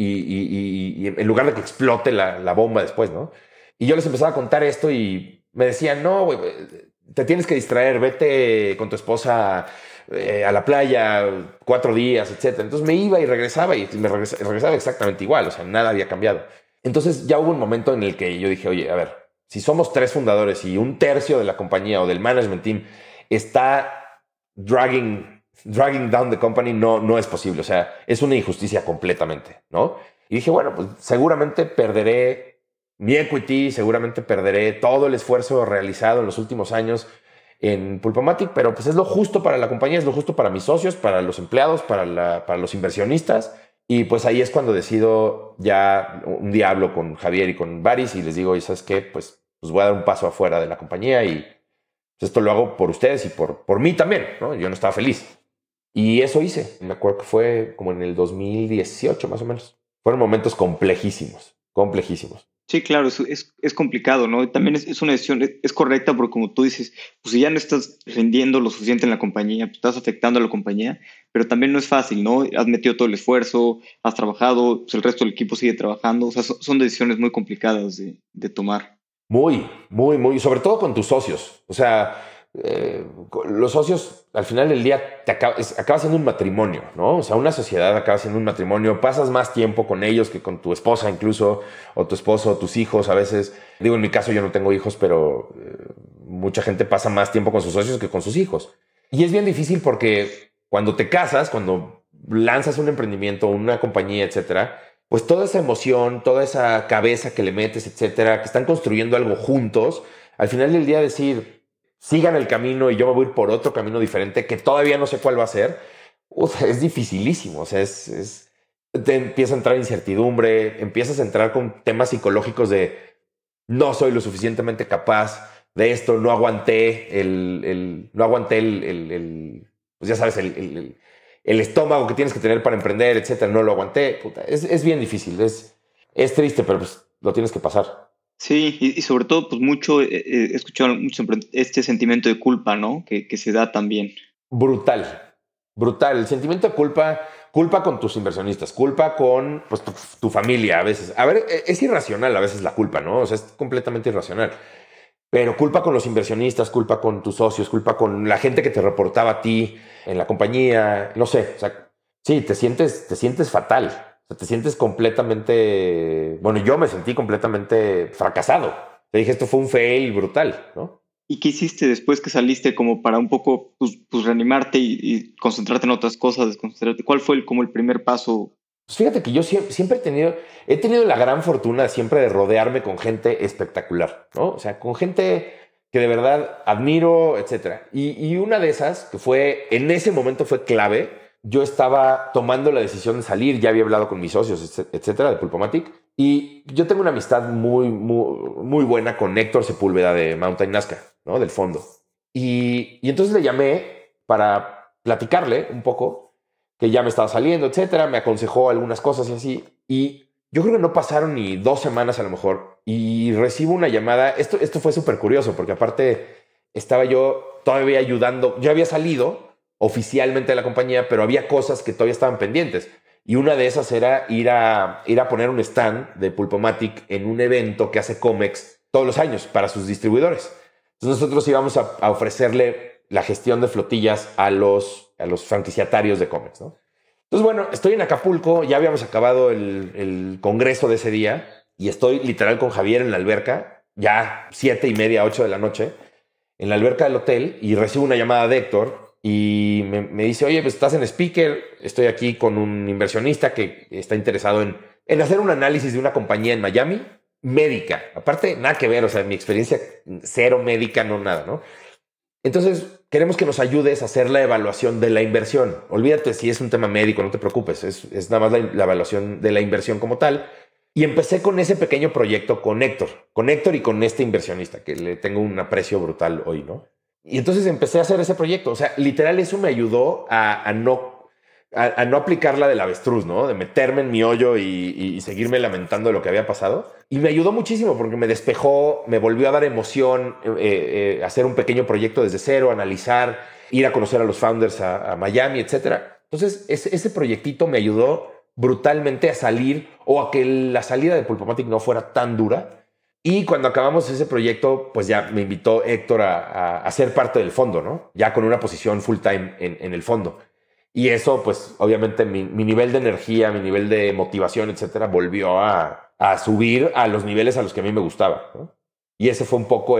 y en lugar de que explote la bomba después, ¿no? Y yo les empezaba a contar esto y me decían, no, güey, te tienes que distraer, vete con tu esposa a la playa 4 días, etcétera. Entonces me iba y regresaba y regresaba exactamente igual, o sea, nada había cambiado. Entonces ya hubo un momento en el que yo dije, oye, a ver, si somos 3 fundadores y un tercio de la compañía o del management team está dragging down the company, no es posible. O sea, es una injusticia completamente, ¿no? Y dije, bueno, pues seguramente perderé mi equity, seguramente perderé todo el esfuerzo realizado en los últimos años en Pulpomatic, pero pues es lo justo para la compañía, es lo justo para mis socios, para los empleados, para los inversionistas. Y pues ahí es cuando decido ya un día hablo con Javier y con Baris y les digo, ¿sabes qué? Pues voy a dar un paso afuera de la compañía y pues esto lo hago por ustedes y por mí también, ¿no? Yo no estaba feliz. Y eso hice. Me acuerdo que fue como en el 2018 más o menos. Fueron momentos complejísimos, complejísimos. Sí, claro, es complicado, ¿no? También es una decisión, es correcta porque como tú dices, pues si ya no estás rindiendo lo suficiente en la compañía, pues estás afectando a la compañía, pero también no es fácil, ¿no? Has metido todo el esfuerzo, has trabajado, pues el resto del equipo sigue trabajando, o sea, son decisiones muy complicadas de tomar. Muy, muy, muy, sobre todo con tus socios. O sea, los socios al final del día acaba siendo un matrimonio, ¿no? O sea, una sociedad acaba siendo un matrimonio. Pasas más tiempo con ellos que con tu esposa incluso, o tu esposo, o tus hijos a veces. Digo, en mi caso yo no tengo hijos, pero mucha gente pasa más tiempo con sus socios que con sus hijos. Y es bien difícil porque cuando te casas, cuando lanzas un emprendimiento, una compañía, etcétera, pues toda esa emoción, toda esa cabeza que le metes, etcétera, que están construyendo algo juntos, al final del día decir, sigan el camino y yo me voy a ir por otro camino diferente que todavía no sé cuál va a ser, es dificilísimo. O sea, te empieza a entrar incertidumbre, empiezas a entrar con temas psicológicos de no soy lo suficientemente capaz de esto, no aguanté pues ya sabes, el estómago que tienes que tener para emprender, etcétera, no lo aguanté. Puta, es bien difícil, es triste, pero pues lo tienes que pasar. Sí, y sobre todo, pues mucho, he escuchado mucho sobre este sentimiento de culpa, ¿no? Que se da también. Brutal, brutal. El sentimiento de culpa con tus inversionistas, culpa con pues, tu familia a veces. A ver, es irracional a veces la culpa, ¿no? O sea, es completamente irracional. Pero culpa con los inversionistas, culpa con tus socios, culpa con la gente que te reportaba a ti en la compañía, no sé. O sea, sí, te sientes fatal. O sea, te sientes completamente... Bueno, yo me sentí completamente fracasado. Te dije, esto fue un fail brutal, ¿no? ¿Y qué hiciste después que saliste como para un poco pues reanimarte y concentrarte en otras cosas, desconcentrarte? ¿Cuál fue como el primer paso? Pues fíjate que yo siempre he tenido la gran fortuna siempre de rodearme con gente espectacular, ¿no? O sea, con gente que de verdad admiro, etcétera. Y una de esas que fue, en ese momento fue clave, yo estaba tomando la decisión de salir, ya había hablado con mis socios, etcétera, de Pulpomatic, y yo tengo una amistad muy, muy, muy buena con Héctor Sepúlveda de Mountain Nazca, ¿no? Del fondo. Y entonces le llamé para platicarle un poco que ya me estaba saliendo, etcétera. Me aconsejó algunas cosas y así. Y yo creo que no pasaron ni 2 semanas a lo mejor. Y recibo una llamada. Esto fue súper curioso porque aparte estaba yo todavía ayudando. Yo había salido oficialmente de la compañía, pero había cosas que todavía estaban pendientes. Y una de esas era ir a poner un stand de Pulpomatic en un evento que hace Comex todos los años para sus distribuidores. Entonces nosotros íbamos a ofrecerle la gestión de flotillas a los franquiciatarios de Comex, ¿no? Entonces, bueno, estoy en Acapulco, ya habíamos acabado el congreso de ese día y estoy literal con Javier en la alberca, ya 7:30, 8 de la noche, en la alberca del hotel, y recibo una llamada de Héctor y me dice, oye, pues estás en speaker, estoy aquí con un inversionista que está interesado en hacer un análisis de una compañía en Miami, médica. Aparte, nada que ver, o sea, mi experiencia cero médica, no nada, ¿no? Entonces, queremos que nos ayudes a hacer la evaluación de la inversión. Olvídate si es un tema médico, no te preocupes, es nada más la evaluación de la inversión como tal. Y empecé con ese pequeño proyecto con Héctor y con este inversionista, que le tengo un aprecio brutal hoy, ¿no? Y entonces empecé a hacer ese proyecto. O sea, literal, eso me ayudó a no aplicar la del avestruz, ¿no? De meterme en mi hoyo y seguirme lamentando de lo que había pasado. Y me ayudó muchísimo porque me despejó, me volvió a dar emoción, hacer un pequeño proyecto desde cero, analizar, ir a conocer a los founders a Miami, etcétera. Entonces, ese proyectito me ayudó brutalmente a salir, o a que la salida de Pulpomatic no fuera tan dura. Y cuando acabamos ese proyecto, pues ya me invitó Héctor a ser parte del fondo, ¿no? Ya con una posición full time en el fondo. Y eso, pues, obviamente mi nivel de energía, mi nivel de motivación, etcétera, volvió a subir a los niveles a los que a mí me gustaba, ¿no? Y ese fue un poco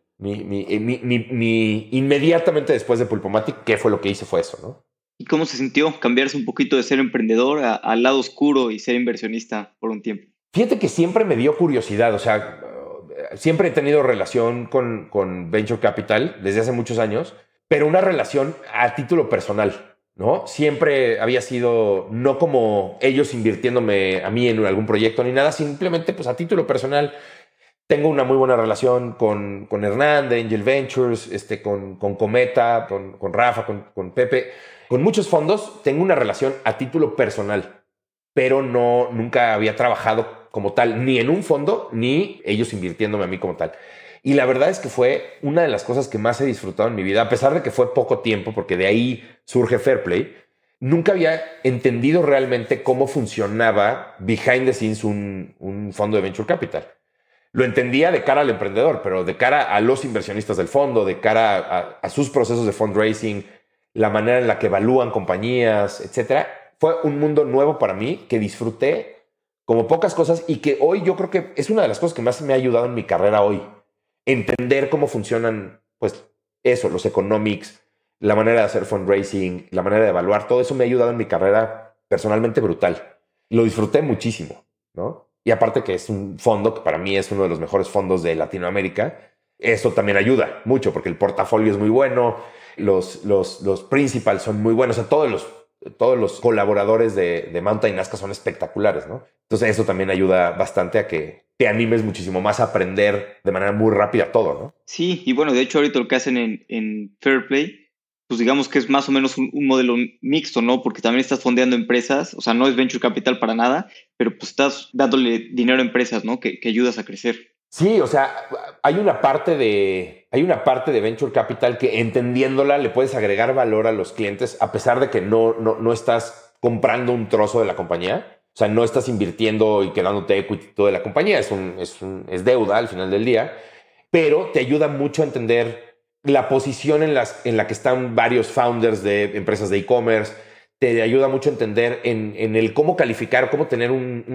inmediatamente después de Pulpomatic, ¿qué fue lo que hice? Fue eso, ¿no? ¿Y cómo se sintió cambiarse un poquito de ser emprendedor al lado oscuro y ser inversionista por un tiempo? Fíjate que siempre me dio curiosidad, o sea, siempre he tenido relación con Venture Capital desde hace muchos años, pero una relación a título personal, ¿no? Siempre había sido no como ellos invirtiéndome a mí en algún proyecto ni nada, simplemente pues a título personal. Tengo una muy buena relación con Hernán de Angel Ventures, con Cometa, con Rafa, con Pepe, con muchos fondos. Tengo una relación a título personal, pero nunca había trabajado como tal, ni en un fondo, ni ellos invirtiéndome a mí como tal. Y la verdad es que fue una de las cosas que más he disfrutado en mi vida, a pesar de que fue poco tiempo, porque de ahí surge Fairplay. Nunca había entendido realmente cómo funcionaba behind the scenes un fondo de Venture Capital. Lo entendía de cara al emprendedor, pero de cara a los inversionistas del fondo, de cara a sus procesos de fundraising, la manera en la que evalúan compañías, etcétera. Fue un mundo nuevo para mí que disfruté como pocas cosas y que hoy yo creo que es una de las cosas que más me ha ayudado en mi carrera hoy. Entender cómo funcionan, pues eso, los economics, la manera de hacer fundraising, la manera de evaluar, todo eso me ha ayudado en mi carrera personalmente brutal. Lo disfruté muchísimo, ¿no? Y aparte que es un fondo que para mí es uno de los mejores fondos de Latinoamérica, Eso también ayuda mucho porque el portafolio es muy bueno, los principals son muy buenos, o sea, todos los colaboradores de Mountain Nazca son espectaculares, ¿no? Entonces eso también ayuda bastante a que te animes muchísimo más a aprender de manera muy rápida todo, ¿no? Sí, y bueno, de hecho ahorita lo que hacen en Fairplay, pues digamos que es más o menos un modelo mixto, ¿no? Porque también estás fondeando empresas, o sea, no es venture capital para nada, pero pues estás dándole dinero a empresas, ¿no? Que ayudas a crecer. Sí, o sea, hay una parte de Venture Capital que entendiéndola le puedes agregar valor a los clientes a pesar de que no estás comprando un trozo de la compañía. O sea, no estás invirtiendo y quedándote equity de la compañía. Es deuda al final del día, pero te ayuda mucho a entender la posición en la que están varios founders de empresas de e-commerce. Te ayuda mucho a entender en el cómo calificar, cómo tener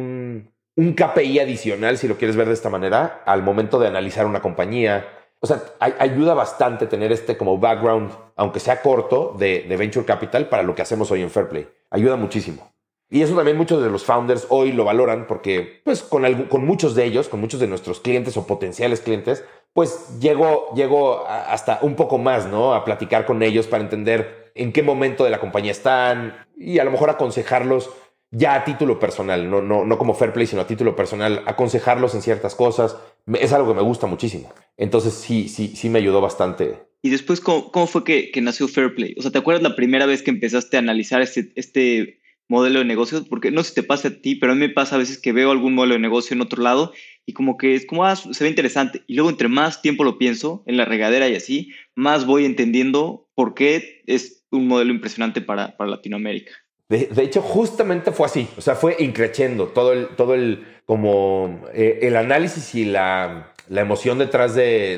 un KPI adicional, si lo quieres ver de esta manera, al momento de analizar una compañía. O sea, ayuda bastante tener este como background, aunque sea corto, de Venture Capital para lo que hacemos hoy en Fairplay. Ayuda muchísimo. Y eso también muchos de los founders hoy lo valoran porque pues con muchos de ellos, con muchos de nuestros clientes o potenciales clientes, pues llego hasta un poco más, ¿no? A platicar con ellos para entender en qué momento de la compañía están y a lo mejor aconsejarlos ya a título personal, no como Fairplay, sino a título personal, aconsejarlos en ciertas cosas. Es algo que me gusta muchísimo. Entonces sí me ayudó bastante. Y después, ¿cómo fue que nació Fairplay? O sea, ¿te acuerdas la primera vez que empezaste a analizar este modelo de negocios? Porque no sé si te pasa a ti, pero a mí me pasa a veces que veo algún modelo de negocio en otro lado y como que es como, se ve interesante. Y luego entre más tiempo lo pienso en la regadera y así, más voy entendiendo por qué es un modelo impresionante para Latinoamérica. De hecho, justamente fue así. O sea, fue increciendo todo el como el análisis y la emoción detrás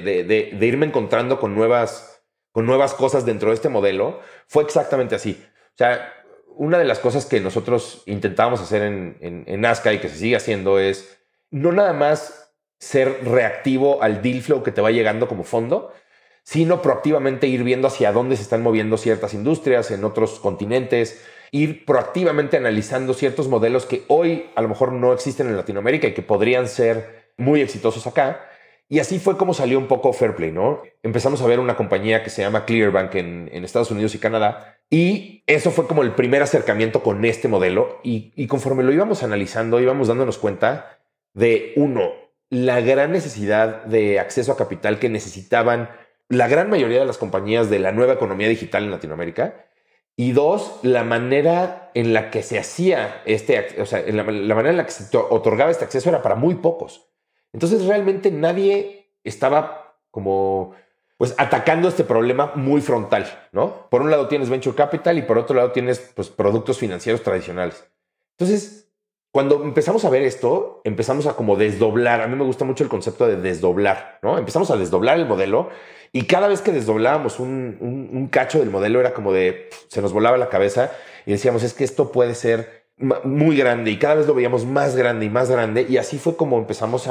de irme encontrando con nuevas cosas dentro de este modelo. Fue exactamente así. O sea, una de las cosas que nosotros intentábamos hacer en Nazca y que se sigue haciendo es no nada más ser reactivo al deal flow que te va llegando como fondo, sino proactivamente ir viendo hacia dónde se están moviendo ciertas industrias en otros continentes, ir proactivamente analizando ciertos modelos que hoy a lo mejor no existen en Latinoamérica y que podrían ser muy exitosos acá. Y así fue como salió un poco Fairplay, ¿no? Empezamos a ver una compañía que se llama Clearbank en Estados Unidos y Canadá. Y eso fue como el primer acercamiento con este modelo. Y conforme lo íbamos analizando, íbamos dándonos cuenta de, uno, la gran necesidad de acceso a capital que necesitaban la gran mayoría de las compañías de la nueva economía digital en Latinoamérica. Y dos, la manera en la que se hacía o sea, la manera en la que se otorgaba este acceso era para muy pocos. Entonces realmente nadie estaba como pues atacando este problema muy frontal, ¿no? Por un lado tienes venture capital y por otro lado tienes pues productos financieros tradicionales. Entonces, cuando empezamos a ver esto, empezamos a como desdoblar. A mí me gusta mucho el concepto de desdoblar, ¿no? Empezamos a desdoblar el modelo y cada vez que desdoblábamos un cacho del modelo era como de se nos volaba la cabeza y decíamos es que esto puede ser muy grande y cada vez lo veíamos más grande y así fue como empezamos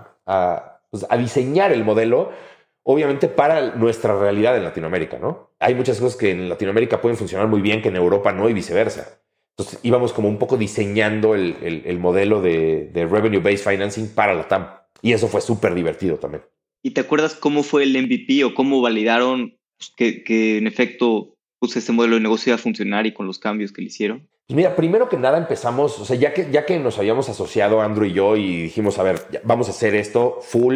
a diseñar el modelo, obviamente para nuestra realidad en Latinoamérica, ¿no? Hay muchas cosas que en Latinoamérica pueden funcionar muy bien que en Europa no y viceversa. Entonces íbamos como un poco diseñando el modelo de Revenue Based Financing para la TAM y eso fue súper divertido también. ¿Y te acuerdas cómo fue el MVP o cómo validaron pues, que en efecto pues, este modelo de negocio iba a funcionar y con los cambios que le hicieron? Pues mira, primero que nada empezamos, o sea, ya que nos habíamos asociado Andrew y yo y dijimos, a ver, vamos a hacer esto full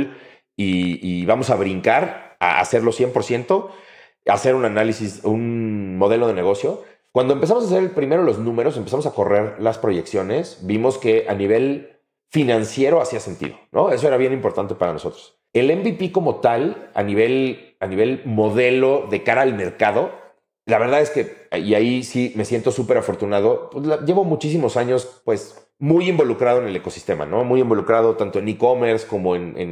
y vamos a brincar a hacerlo 100%, hacer un análisis, un modelo de negocio. Cuando empezamos a hacer primero los números, empezamos a correr las proyecciones, vimos que a nivel financiero hacía sentido, ¿no? Eso era bien importante para nosotros. El MVP como tal, a nivel modelo de cara al mercado, la verdad es que, y ahí sí me siento súper afortunado, pues llevo muchísimos años pues muy involucrado en el ecosistema, ¿no? Muy involucrado tanto en e-commerce como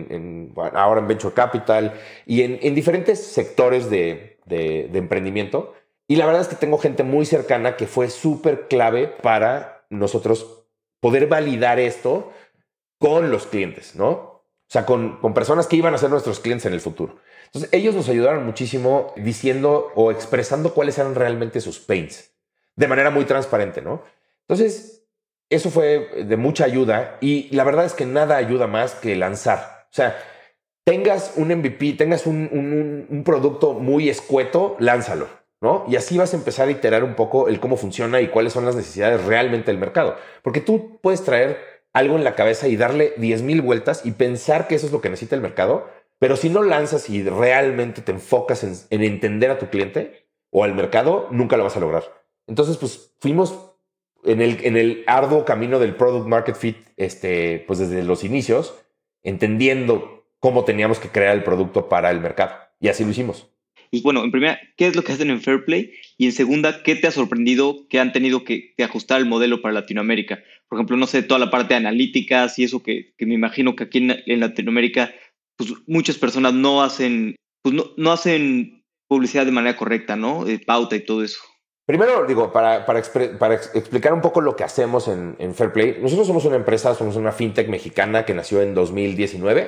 ahora en Venture Capital y en diferentes sectores de emprendimiento. Y la verdad es que tengo gente muy cercana que fue súper clave para nosotros poder validar esto con los clientes, ¿no? O sea, con personas que iban a ser nuestros clientes en el futuro. Entonces, ellos nos ayudaron muchísimo diciendo o expresando cuáles eran realmente sus pains de manera muy transparente, ¿no? Entonces, eso fue de mucha ayuda y la verdad es que nada ayuda más que lanzar. O sea, tengas un MVP, tengas un producto muy escueto, lánzalo, ¿no? Y así vas a empezar a iterar un poco el cómo funciona y cuáles son las necesidades realmente del mercado. Porque tú puedes traer algo en la cabeza y darle 10,000 vueltas y pensar que eso es lo que necesita el mercado, pero si no lanzas y realmente te enfocas en entender a tu cliente o al mercado, nunca lo vas a lograr. Entonces, pues fuimos en el arduo camino del product market fit, pues desde los inicios, entendiendo cómo teníamos que crear el producto para el mercado. Y así lo hicimos. Y bueno, en primera, ¿qué es lo que hacen en Fairplay? Y en segunda, ¿qué te ha sorprendido que han tenido que ajustar el modelo para Latinoamérica? Por ejemplo, no sé, toda la parte de analíticas y eso que me imagino que aquí en Latinoamérica, pues muchas personas no hacen, pues no hacen publicidad de manera correcta, ¿no? Pauta y todo eso. Primero, digo, para explicar un poco lo que hacemos en Fairplay, nosotros somos una empresa, somos una fintech mexicana que nació en 2019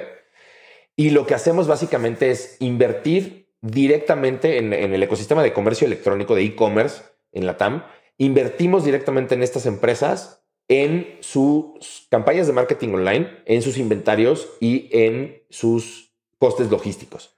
y lo que hacemos básicamente es invertir directamente en el ecosistema de comercio electrónico, de e-commerce en la TAM. Invertimos directamente en estas empresas, en sus campañas de marketing online, en sus inventarios y en sus costes logísticos.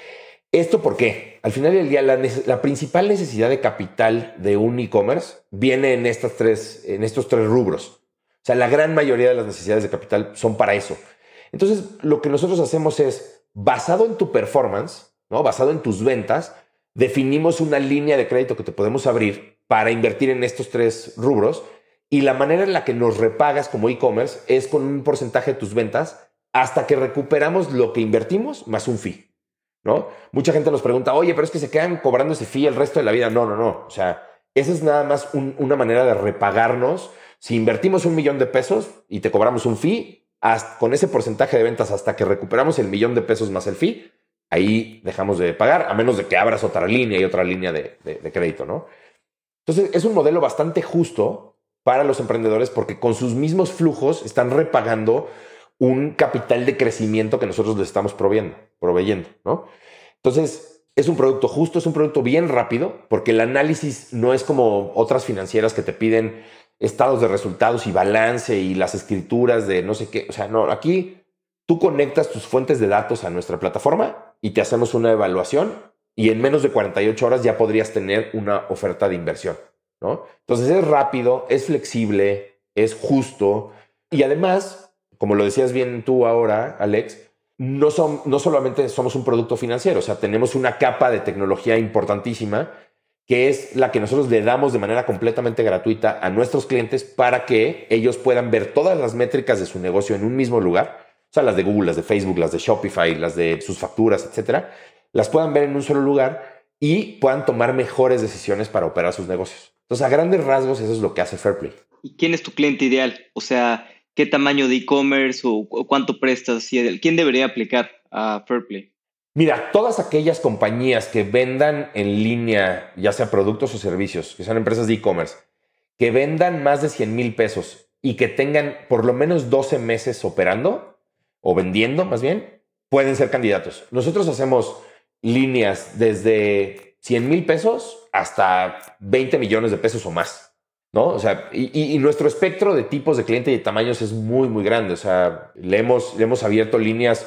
¿Esto por qué? Al final del día, la principal necesidad de capital de un e-commerce viene en estos tres rubros. O sea, la gran mayoría de las necesidades de capital son para eso. Entonces, lo que nosotros hacemos es, basado en tu performance, ¿no? Basado en tus ventas, definimos una línea de crédito que te podemos abrir para invertir en estos tres rubros y la manera en la que nos repagas como e-commerce es con un porcentaje de tus ventas hasta que recuperamos lo que invertimos más un fee, ¿no? Mucha gente nos pregunta, oye, pero es que se quedan cobrando ese fee el resto de la vida. No. O sea, esa es nada más una manera de repagarnos. Si invertimos $1,000,000 y te cobramos un fee, con ese porcentaje de ventas hasta que recuperamos el $1,000,000 más el fee, ahí dejamos de pagar, a menos de que abras otra línea y otra línea de crédito, ¿no? Entonces, es un modelo bastante justo para los emprendedores porque con sus mismos flujos están repagando un capital de crecimiento que nosotros les estamos proveyendo, ¿no? Entonces, es un producto justo, es un producto bien rápido, porque el análisis no es como otras financieras que te piden estados de resultados y balance y las escrituras de no sé qué. O sea, no, aquí tú conectas tus fuentes de datos a nuestra plataforma y te hacemos una evaluación y en menos de 48 horas ya podrías tener una oferta de inversión, ¿no? Entonces, es rápido, es flexible, es justo y además, como lo decías bien tú ahora, Alex, no solamente somos un producto financiero, o sea, tenemos una capa de tecnología importantísima que es la que nosotros le damos de manera completamente gratuita a nuestros clientes para que ellos puedan ver todas las métricas de su negocio en un mismo lugar, o sea, las de Google, las de Facebook, las de Shopify, las de sus facturas, etcétera, las puedan ver en un solo lugar y puedan tomar mejores decisiones para operar sus negocios. Entonces, a grandes rasgos, eso es lo que hace Fairplay. ¿Y quién es tu cliente ideal? O sea, ¿qué tamaño de e-commerce o cuánto prestas? ¿Quién debería aplicar a Fairplay? Mira, todas aquellas compañías que vendan en línea, ya sea productos o servicios, que son empresas de e-commerce, que vendan más de $100,000 y que tengan por lo menos 12 meses operando o vendiendo más bien, pueden ser candidatos. Nosotros hacemos líneas desde $100,000 hasta $20 millones o más, ¿no? O sea, y nuestro espectro de tipos de cliente y de tamaños es muy, muy grande. O sea, le hemos abierto líneas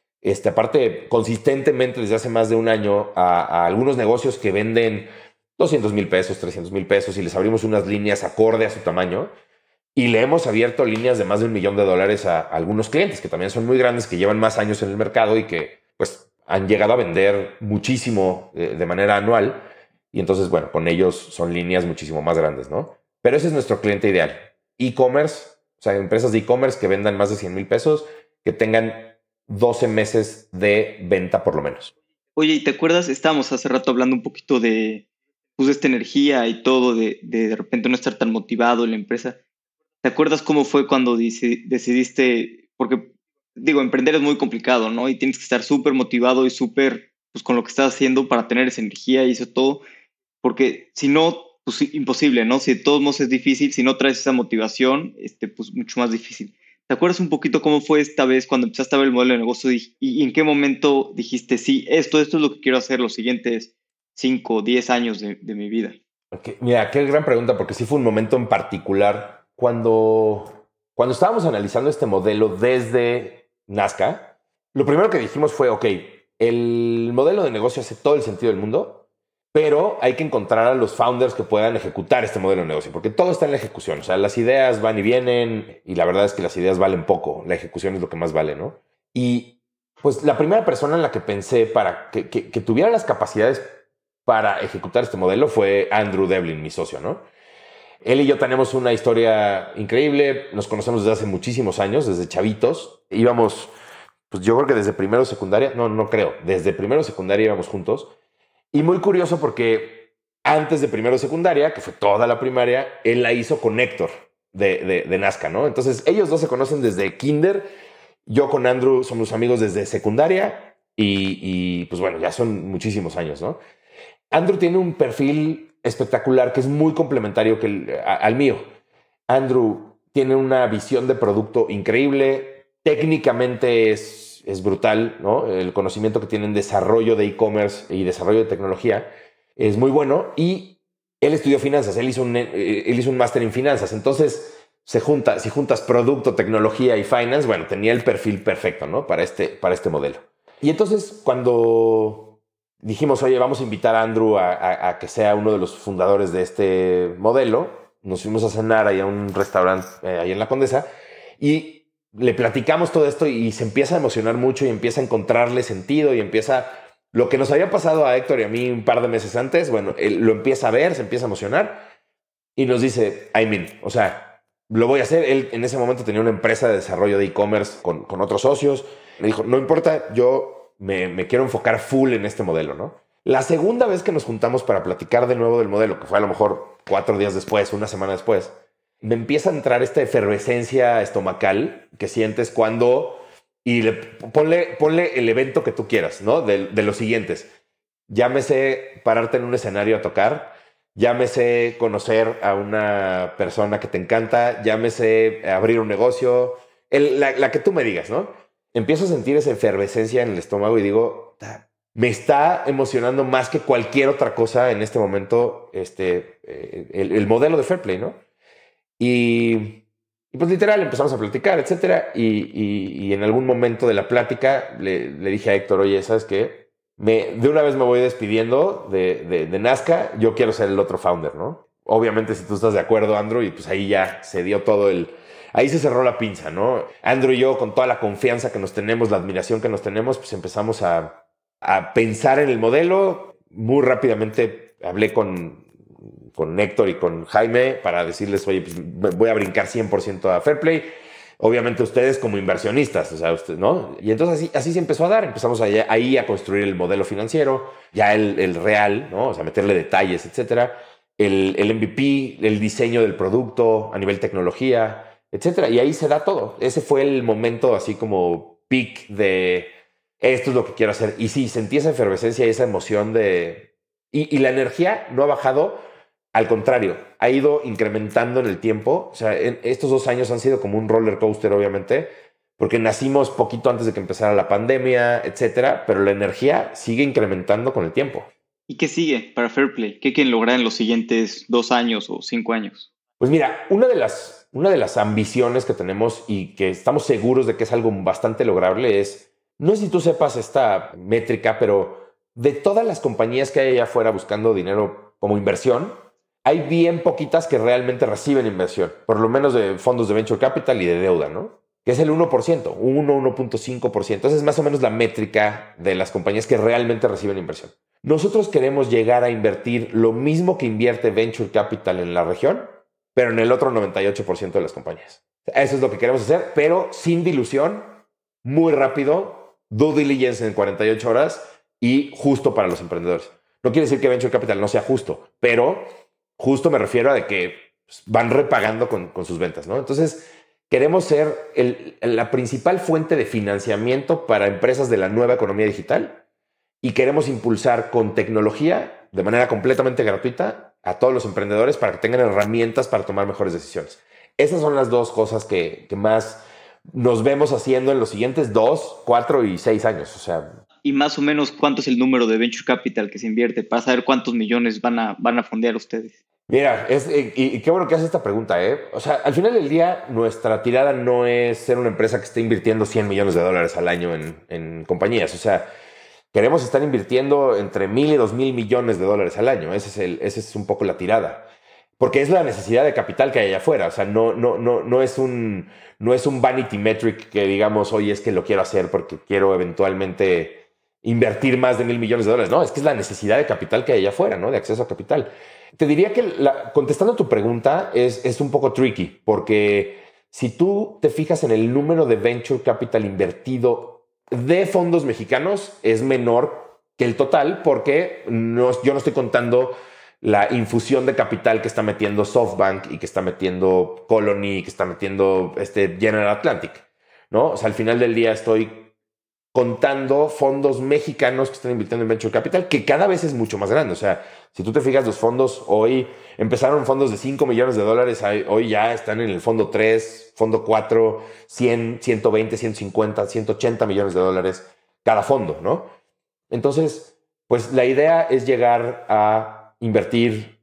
aparte, consistentemente desde hace más de un año a algunos negocios que venden $200,000, $300,000 y les abrimos unas líneas acorde a su tamaño y le hemos abierto líneas de más de $1,000,000 a algunos clientes que también son muy grandes, que llevan más años en el mercado y que pues han llegado a vender muchísimo de manera anual y entonces, bueno, con ellos son líneas muchísimo más grandes, ¿no? Pero ese es nuestro cliente ideal. E-commerce, o sea, empresas de e-commerce que vendan más de $100,000, que tengan 12 meses de venta por lo menos. Oye, ¿y te acuerdas? Estábamos hace rato hablando un poquito de esta energía y todo, de repente no estar tan motivado en la empresa. ¿Te acuerdas cómo fue cuando decidiste? Porque, digo, emprender es muy complicado, ¿no? Y tienes que estar súper motivado y súper, pues, con lo que estás haciendo para tener esa energía y eso todo. Porque si no, pues imposible, ¿no? Si de todos modos es difícil, si no traes esa motivación, pues mucho más difícil. ¿Te acuerdas un poquito cómo fue esta vez cuando empezaste a ver el modelo de negocio y en qué momento dijiste, sí, esto es lo que quiero hacer los siguientes 5 o 10 años de mi vida? Okay. Mira, qué gran pregunta, porque sí fue un momento en particular cuando estábamos analizando este modelo desde Nazca, Lo primero que dijimos fue, ok, el modelo de negocio hace todo el sentido del mundo, pero hay que encontrar a los founders que puedan ejecutar este modelo de negocio, porque todo está en la ejecución. O sea, las ideas van y vienen y la verdad es que las ideas valen poco. La ejecución es lo que más vale, ¿no? Y pues la primera persona en la que pensé para que tuviera las capacidades para ejecutar este modelo fue Andrew Devlin, mi socio, ¿no? Él y yo tenemos una historia increíble. Nos conocemos desde hace muchísimos años, desde chavitos. Íbamos, pues yo creo que desde primero secundaria, no creo, desde primero secundaria íbamos juntos. Y muy curioso porque antes de primero secundaria, que fue toda la primaria, él la hizo con Héctor de Nazca, ¿no? Entonces ellos dos se conocen desde kinder. Yo con Andrew somos amigos desde secundaria y pues bueno, ya son muchísimos años, ¿no? Andrew tiene un perfil espectacular que es muy complementario al mío. Andrew tiene una visión de producto increíble, técnicamente es brutal, ¿no? El conocimiento que tiene en desarrollo de e-commerce y desarrollo de tecnología es muy bueno y él estudió finanzas, él hizo un máster en finanzas, entonces si juntas producto, tecnología y finance, bueno, tenía el perfil perfecto, ¿no? Para este modelo. Y entonces cuando dijimos, oye, vamos a invitar a Andrew a que sea uno de los fundadores de este modelo, nos fuimos a cenar ahí a un restaurante ahí en La Condesa y le platicamos todo esto y se empieza a emocionar mucho y empieza a encontrarle sentido y empieza lo que nos había pasado a Héctor y a mí un par de meses antes. Bueno, él lo empieza a ver, se empieza a emocionar y nos dice, I'm in. O sea, lo voy a hacer. Él en ese momento tenía una empresa de desarrollo de e-commerce con otros socios. Me dijo, no importa, yo me quiero enfocar full en este modelo, ¿no? La segunda vez que nos juntamos para platicar de nuevo del modelo, que fue a lo mejor 4 días después, una semana después, me empieza a entrar esta efervescencia estomacal que sientes cuando... Y ponle el evento que tú quieras, ¿no? De los siguientes. Llámese pararte en un escenario a tocar, llámese conocer a una persona que te encanta, llámese abrir un negocio, la que tú me digas, ¿no? Empiezo a sentir esa efervescencia en el estómago y digo, me está emocionando más que cualquier otra cosa en este momento el modelo de Fairplay, ¿no? Y pues literal empezamos a platicar, etcétera. Y en algún momento de la plática le dije a Héctor, oye, ¿sabes qué? De una vez me voy despidiendo de Nazca. Yo quiero ser el otro founder, ¿no? Obviamente, si tú estás de acuerdo, Andrew, y pues ahí ya se dio todo ahí se cerró la pinza, ¿no? Andrew y yo, con toda la confianza que nos tenemos, la admiración que nos tenemos, pues empezamos a pensar en el modelo. Muy rápidamente hablé con Héctor y con Jaime para decirles, oye, pues voy a brincar 100% a Fairplay. Obviamente ustedes como inversionistas, o sea, ustedes, ¿no? Y entonces así se empezó a dar. Empezamos ahí a construir el modelo financiero, ya el real, ¿no? O sea, meterle detalles, etcétera. El MVP, el diseño del producto a nivel tecnología, etcétera. Y ahí se da todo. Ese fue el momento así como peak de esto es lo que quiero hacer. Y sí, sentí esa efervescencia y esa emoción y la energía no ha bajado. Al contrario, ha ido incrementando en el tiempo. O sea, estos 2 años han sido como un roller coaster, obviamente, porque nacimos poquito antes de que empezara la pandemia, etcétera, pero la energía sigue incrementando con el tiempo. ¿Y qué sigue para Fairplay? ¿Qué quieren lograr en los siguientes 2 años o 5 años? Pues mira, una de las ambiciones que tenemos y que estamos seguros de que es algo bastante lograble es, no sé si tú sepas esta métrica, pero de todas las compañías que hay allá afuera buscando dinero como inversión, hay bien poquitas que realmente reciben inversión, por lo menos de fondos de venture capital y de deuda, ¿no? Que es el 1%, 1.5%. Esa es más o menos la métrica de las compañías que realmente reciben inversión. Nosotros queremos llegar a invertir lo mismo que invierte venture capital en la región, pero en el otro 98% de las compañías. Eso es lo que queremos hacer, pero sin dilución, muy rápido, due diligence en 48 horas y justo para los emprendedores. No quiere decir que venture capital no sea justo, pero justo me refiero a de que van repagando con sus ventas, ¿no? Entonces, queremos ser la principal fuente de financiamiento para empresas de la nueva economía digital y queremos impulsar con tecnología de manera completamente gratuita a todos los emprendedores para que tengan herramientas para tomar mejores decisiones. Esas son las 2 cosas que más nos vemos haciendo en los siguientes 2, 4 y 6 años. O sea, y más o menos, ¿cuánto es el número de venture capital que se invierte para saber cuántos millones van a fondear ustedes? Mira, y qué bueno que haces esta pregunta, ¿eh? O sea, al final del día, nuestra tirada no es ser una empresa que esté invirtiendo $100 millones al año en compañías. O sea, queremos estar invirtiendo entre 1,000 y 2,000 millones de dólares al año. Esa es un poco la tirada. Porque es la necesidad de capital que hay allá afuera. O sea, no es un vanity metric que digamos, oye, es que lo quiero hacer porque quiero eventualmente invertir más de 1,000 millones de dólares. No, es que es la necesidad de capital que hay allá afuera, ¿no? De acceso a capital. Te diría que contestando tu pregunta es un poco tricky, porque si tú te fijas en el número de venture capital invertido de fondos mexicanos, es menor que el total, porque yo no estoy contando la infusión de capital que está metiendo SoftBank y que está metiendo Colony y que está metiendo General Atlantic, ¿no? O sea, al final del día estoy contando fondos mexicanos que están invirtiendo en venture capital, que cada vez es mucho más grande. O sea, si tú te fijas, los fondos hoy empezaron fondos de $5 millones, hoy ya están en el fondo 3, fondo 4, 100, 120, 150, 180 millones de dólares cada fondo, ¿no? Entonces, pues la idea es llegar a invertir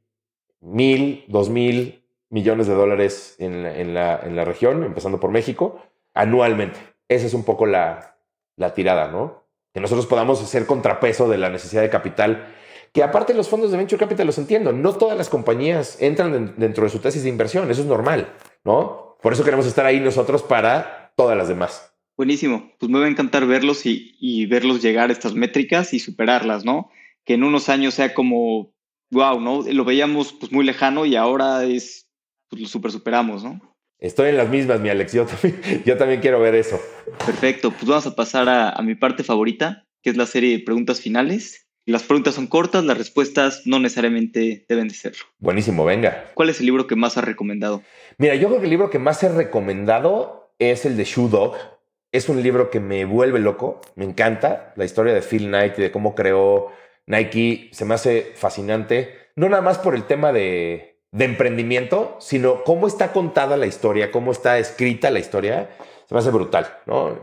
1,000, 2,000 millones de dólares en la región, empezando por México, anualmente. Esa es un poco la tirada, ¿no? Que nosotros podamos ser contrapeso de la necesidad de capital, que aparte los fondos de venture capital los entiendo, no todas las compañías entran dentro de su tesis de inversión, eso es normal, ¿no? Por eso queremos estar ahí nosotros para todas las demás. Buenísimo, pues me va a encantar verlos y verlos llegar a estas métricas y superarlas, ¿no? Que en unos años sea como, wow, ¿no? Lo veíamos pues muy lejano y ahora pues lo superamos, ¿no? Estoy en las mismas, mi Alex. Yo también quiero ver eso. Perfecto, pues vamos a pasar a mi parte favorita, que es la serie de preguntas finales. Las preguntas son cortas, las respuestas no necesariamente deben de serlo. Buenísimo, venga. ¿Cuál es el libro que más has recomendado? Mira, yo creo que el libro que más he recomendado es el de Shoe Dog. Es un libro que me vuelve loco, me encanta. La historia de Phil Knight y de cómo creó Nike se me hace fascinante. No nada más por el tema de emprendimiento, sino cómo está contada la historia, cómo está escrita la historia. Se me hace brutal, ¿no?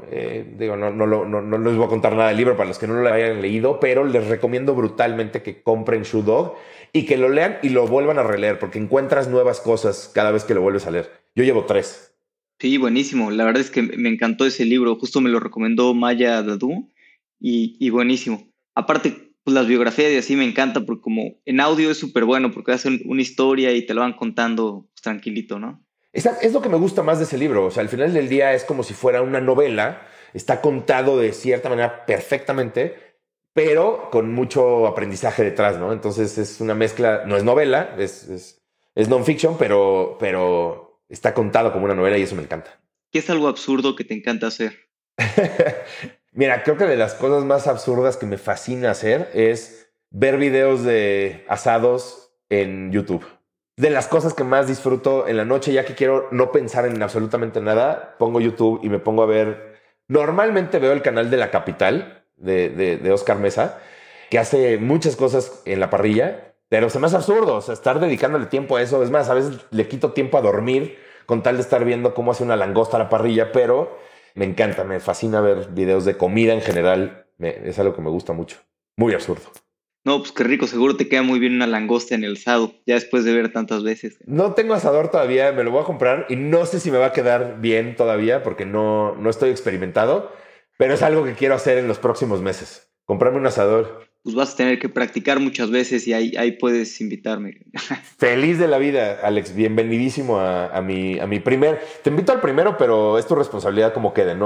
No les voy a contar nada del libro para los que no lo hayan leído, pero les recomiendo brutalmente que compren Shoe Dog y que lo lean y lo vuelvan a releer, porque encuentras nuevas cosas cada vez que lo vuelves a leer. Yo llevo 3. Sí, buenísimo. La verdad es que me encantó ese libro. Justo me lo recomendó Maya Dadú y buenísimo. Aparte, pues las biografías y así me encanta porque como en audio es súper bueno porque hacen una historia y te lo van contando pues, tranquilito, ¿no? Es lo que me gusta más de ese libro. O sea, al final del día es como si fuera una novela. Está contado de cierta manera perfectamente, pero con mucho aprendizaje detrás, ¿no? Entonces es una mezcla, no es novela, es non-fiction, pero está contado como una novela y eso me encanta. ¿Qué es algo absurdo que te encanta hacer? Mira, creo que de las cosas más absurdas que me fascina hacer es ver videos de asados en YouTube. De las cosas que más disfruto en la noche, ya que quiero no pensar en absolutamente nada, pongo YouTube y me pongo a ver. Normalmente veo el canal de La Capital, de Oscar Mesa, que hace muchas cosas en la parrilla, pero se me hace absurdo, o sea, estar dedicándole tiempo a eso. Es más, a veces le quito tiempo a dormir con tal de estar viendo cómo hace una langosta a la parrilla, pero me encanta, me fascina ver videos de comida en general. Es algo que me gusta mucho. Muy absurdo. No, pues qué rico, seguro te queda muy bien una langosta en el asado, ya después de ver tantas veces. No tengo asador todavía, me lo voy a comprar y no sé si me va a quedar bien todavía porque no estoy experimentado, pero es algo que quiero hacer en los próximos meses. Comprarme un asador. Pues vas a tener que practicar muchas veces y ahí puedes invitarme. Feliz de la vida, Alex. Bienvenidísimo a mi primer. Te invito al primero, pero es tu responsabilidad como quede.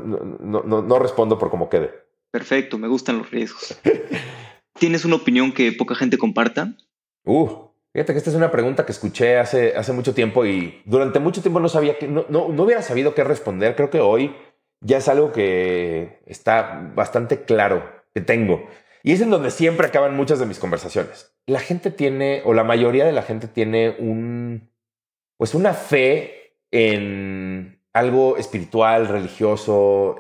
No respondo por cómo quede. Perfecto, me gustan los riesgos. ¿Tienes una opinión que poca gente comparta? Fíjate que esta es una pregunta que escuché hace mucho tiempo y durante mucho tiempo no sabía no hubiera sabido qué responder. Creo que hoy ya es algo que está bastante claro que tengo. Y es en donde siempre acaban muchas de mis conversaciones. La gente tiene, o la mayoría de la gente tiene una fe en algo espiritual, religioso,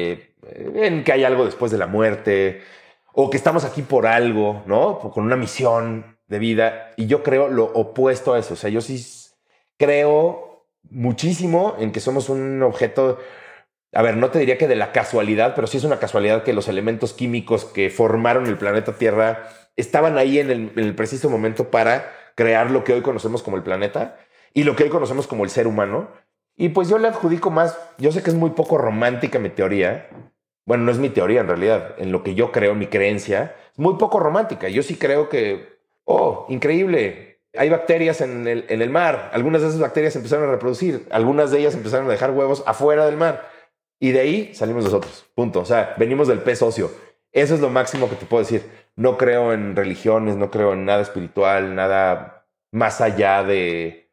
en que hay algo después de la muerte, o que estamos aquí por algo, ¿no? Con una misión de vida. Y yo creo lo opuesto a eso. O sea, yo sí creo muchísimo en que somos un objeto. A ver, no te diría que de la casualidad, pero sí es una casualidad que los elementos químicos que formaron el planeta Tierra estaban ahí en el preciso momento para crear lo que hoy conocemos como el planeta y lo que hoy conocemos como el ser humano. Y pues yo le adjudico más, yo sé que es muy poco romántica mi teoría. Bueno, no es mi teoría en realidad, en lo que yo creo, mi creencia, es muy poco romántica. Yo sí creo que, oh, increíble, hay bacterias en el mar. Algunas de esas bacterias empezaron a reproducir, algunas de ellas empezaron a dejar huevos afuera del mar. Y de ahí salimos nosotros, punto. O sea, venimos del pez óseo. Eso es lo máximo que te puedo decir. No creo en religiones, no creo en nada espiritual, nada más allá de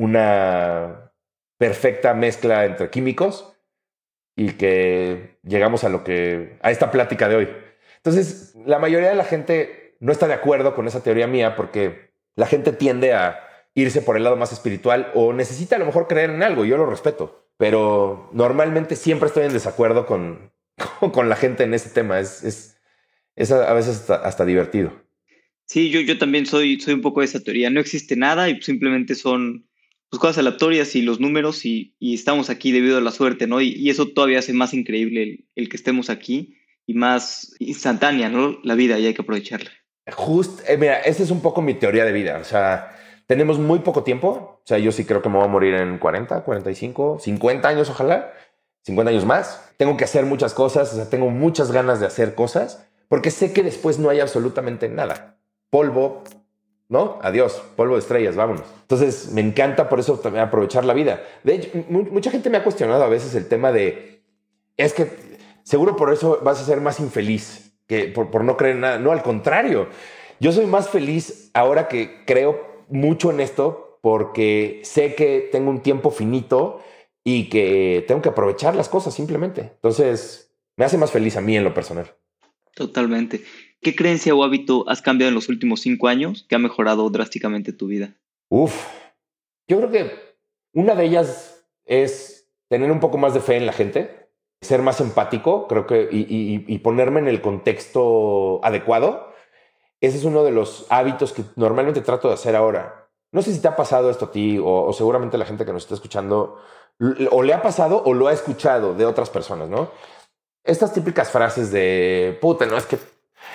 una perfecta mezcla entre químicos y que llegamos a esta plática de hoy. Entonces, la mayoría de la gente no está de acuerdo con esa teoría mía porque la gente tiende a irse por el lado más espiritual o necesita a lo mejor creer en algo. Yo lo respeto, pero normalmente siempre estoy en desacuerdo con la gente en este tema. Es a veces hasta divertido. Sí, yo también soy un poco de esa teoría. No existe nada y simplemente son pues, cosas aleatorias y los números y estamos aquí debido a la suerte, ¿no? Y eso todavía hace más increíble el que estemos aquí y más instantánea, ¿no? La vida y hay que aprovecharla. Mira, esa es un poco mi teoría de vida. O sea, tenemos muy poco tiempo. O sea, yo sí creo que me voy a morir en 40, 45, 50 años, ojalá. 50 años más. Tengo que hacer muchas cosas. O sea, tengo muchas ganas de hacer cosas porque sé que después no hay absolutamente nada. Polvo, ¿no? Adiós, polvo de estrellas, vámonos. Entonces, me encanta por eso también aprovechar la vida. De hecho, mucha gente me ha cuestionado a veces el tema de, es que seguro por eso vas a ser más infeliz que por no creer en nada. No, al contrario. Yo soy más feliz ahora que creo mucho en esto porque sé que tengo un tiempo finito y que tengo que aprovechar las cosas simplemente. Entonces, me hace más feliz a mí en lo personal. Totalmente. ¿Qué creencia o hábito has cambiado en los últimos 5 años que ha mejorado drásticamente tu vida? Uf, yo creo que una de ellas es tener un poco más de fe en la gente, ser más empático, creo que, y ponerme en el contexto adecuado. Ese es uno de los hábitos que normalmente trato de hacer ahora. No sé si te ha pasado esto a ti o seguramente la gente que nos está escuchando o le ha pasado o lo ha escuchado de otras personas, ¿no? Estas típicas frases de puta, no es que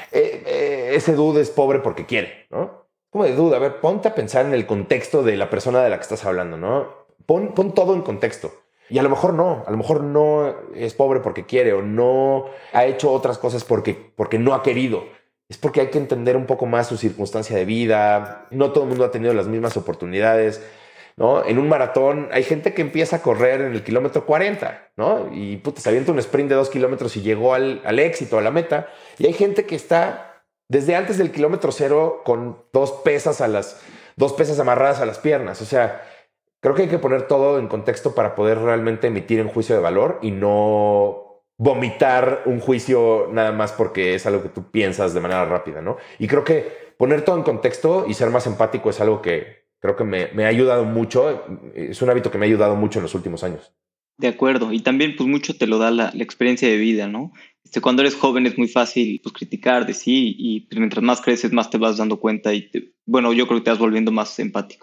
ese dude es pobre porque quiere, ¿no? Como de duda, a ver, ponte a pensar en el contexto de la persona de la que estás hablando, ¿no? Pon todo en contexto. Y a lo mejor no es pobre porque quiere o no ha hecho otras cosas porque no ha querido. Es porque hay que entender un poco más su circunstancia de vida. No todo el mundo ha tenido las mismas oportunidades, ¿no? En un maratón hay gente que empieza a correr en el kilómetro 40, ¿no? Y puta, se avienta un sprint de 2 kilómetros y llegó al éxito, a la meta. Y hay gente que está desde antes del kilómetro 0 con dos pesas amarradas a las piernas. O sea, creo que hay que poner todo en contexto para poder realmente emitir un juicio de valor y no vomitar un juicio nada más porque es algo que tú piensas de manera rápida, ¿no? Y creo que poner todo en contexto y ser más empático es algo que creo que me ha ayudado mucho. Es un hábito que me ha ayudado mucho en los últimos años. De acuerdo. Y también pues mucho te lo da la experiencia de vida, ¿no? Cuando eres joven es muy fácil pues criticar de sí y pues, mientras más creces más te vas dando cuenta y bueno, yo creo que te vas volviendo más empático.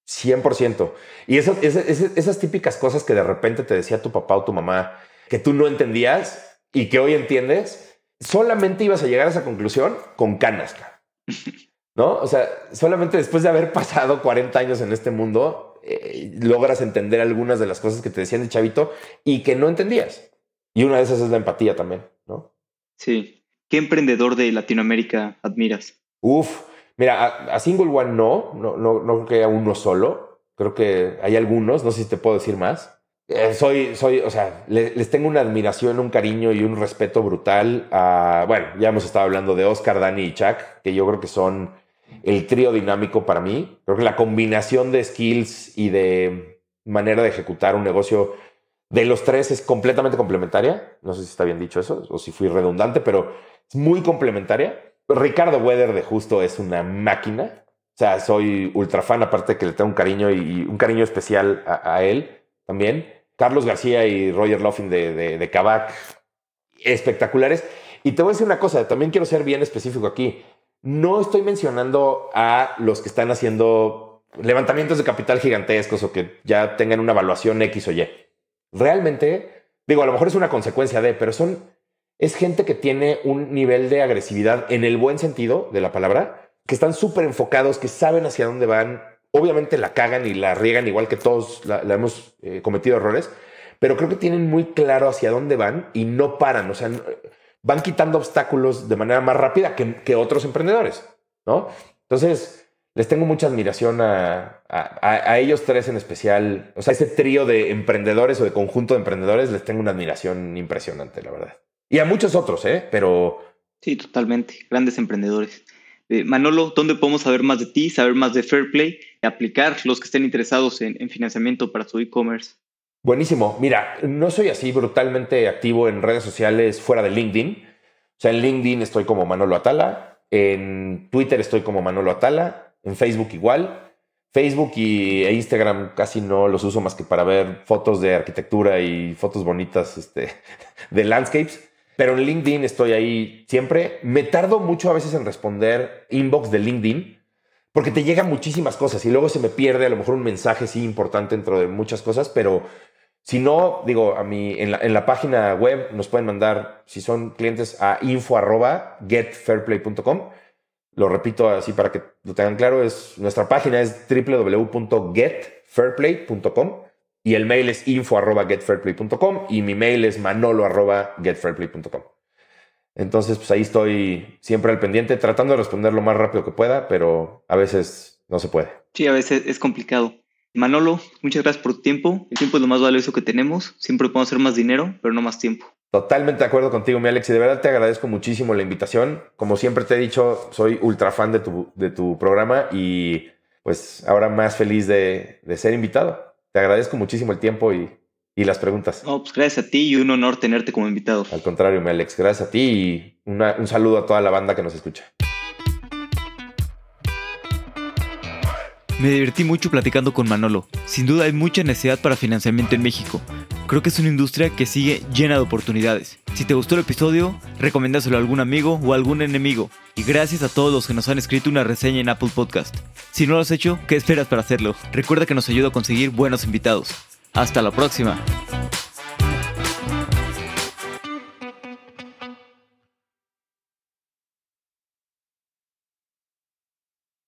100%. Y esas típicas cosas que de repente te decía tu papá o tu mamá que tú no entendías y que hoy entiendes, solamente ibas a llegar a esa conclusión con canas, ¿no? O sea, solamente después de haber pasado 40 años en este mundo, logras entender algunas de las cosas que te decían de chavito y que no entendías. Y una de esas es la empatía también, ¿no? Sí. ¿Qué emprendedor de Latinoamérica admiras? Mira, a Single One no creo que haya uno solo. Creo que hay algunos, no sé si te puedo decir más. O sea, les tengo una admiración, un cariño y un respeto brutal a, bueno, ya hemos estado hablando de Oscar, Dani y Chuck, que yo creo que son el trío dinámico para mí. Creo que la combinación de skills y de manera de ejecutar un negocio de los tres es completamente complementaria. No sé si está bien dicho eso o si fui redundante, pero es muy complementaria. Ricardo Weder de Justo es una máquina. O sea, soy ultra fan, aparte de que le tengo un cariño y un cariño especial a él también. Carlos García y Roger Loughlin de Kavak, espectaculares. Y te voy a decir una cosa, también quiero ser bien específico aquí. No estoy mencionando a los que están haciendo levantamientos de capital gigantescos o que ya tengan una evaluación X o Y. Realmente, digo, a lo mejor es una consecuencia de, pero es gente que tiene un nivel de agresividad en el buen sentido de la palabra que están súper enfocados, que saben hacia dónde van. Obviamente la cagan y la riegan igual que todos la hemos cometido errores, pero creo que tienen muy claro hacia dónde van y no paran. O sea, van quitando obstáculos de manera más rápida que otros emprendedores, ¿no? Entonces, les tengo mucha admiración a ellos tres en especial. O sea, ese trío de emprendedores o de conjunto de emprendedores, les tengo una admiración impresionante, la verdad. Y a muchos otros, pero... Sí, totalmente. Grandes emprendedores. Manolo, ¿dónde podemos saber más de ti, saber más de Fairplay y aplicar los que estén interesados en financiamiento para su e-commerce? Buenísimo. Mira, no soy así brutalmente activo en redes sociales fuera de LinkedIn. O sea, en LinkedIn estoy como Manolo Atala, en Twitter estoy como Manolo Atala, en Facebook igual. Facebook e Instagram casi no los uso más que para ver fotos de arquitectura y fotos bonitas de landscapes. Pero en LinkedIn estoy ahí siempre. Me tardo mucho a veces en responder inbox de LinkedIn porque te llegan muchísimas cosas y luego se me pierde a lo mejor un mensaje sí importante dentro de muchas cosas, pero si no, digo, en la página web nos pueden mandar, si son clientes, a info@getfairplay.com. Lo repito así para que lo tengan claro, nuestra página es www.getfairplay.com y el mail es info@getfairplay.com y mi mail es manolo@getfairplay.com. Entonces, pues ahí estoy siempre al pendiente, tratando de responder lo más rápido que pueda, pero a veces no se puede. Sí, a veces es complicado. Manolo, muchas gracias por tu tiempo. El tiempo es lo más valioso que tenemos. Siempre podemos hacer más dinero, pero no más tiempo. Totalmente de acuerdo contigo, mi Alex, y de verdad te agradezco muchísimo la invitación. Como siempre te he dicho, soy ultra fan de tu programa y pues ahora más feliz de ser invitado. Te agradezco muchísimo el tiempo y las preguntas. No, pues gracias a ti y un honor tenerte como invitado. Al contrario, mi Alex, gracias a ti y un saludo a toda la banda que nos escucha. Me divertí mucho platicando con Manolo. Sin duda hay mucha necesidad para financiamiento en México. Creo que es una industria que sigue llena de oportunidades. Si te gustó el episodio, recomiéndaselo a algún amigo o a algún enemigo. Y gracias a todos los que nos han escrito una reseña en Apple Podcast. Si no lo has hecho, ¿qué esperas para hacerlo? Recuerda que nos ayuda a conseguir buenos invitados. ¡Hasta la próxima!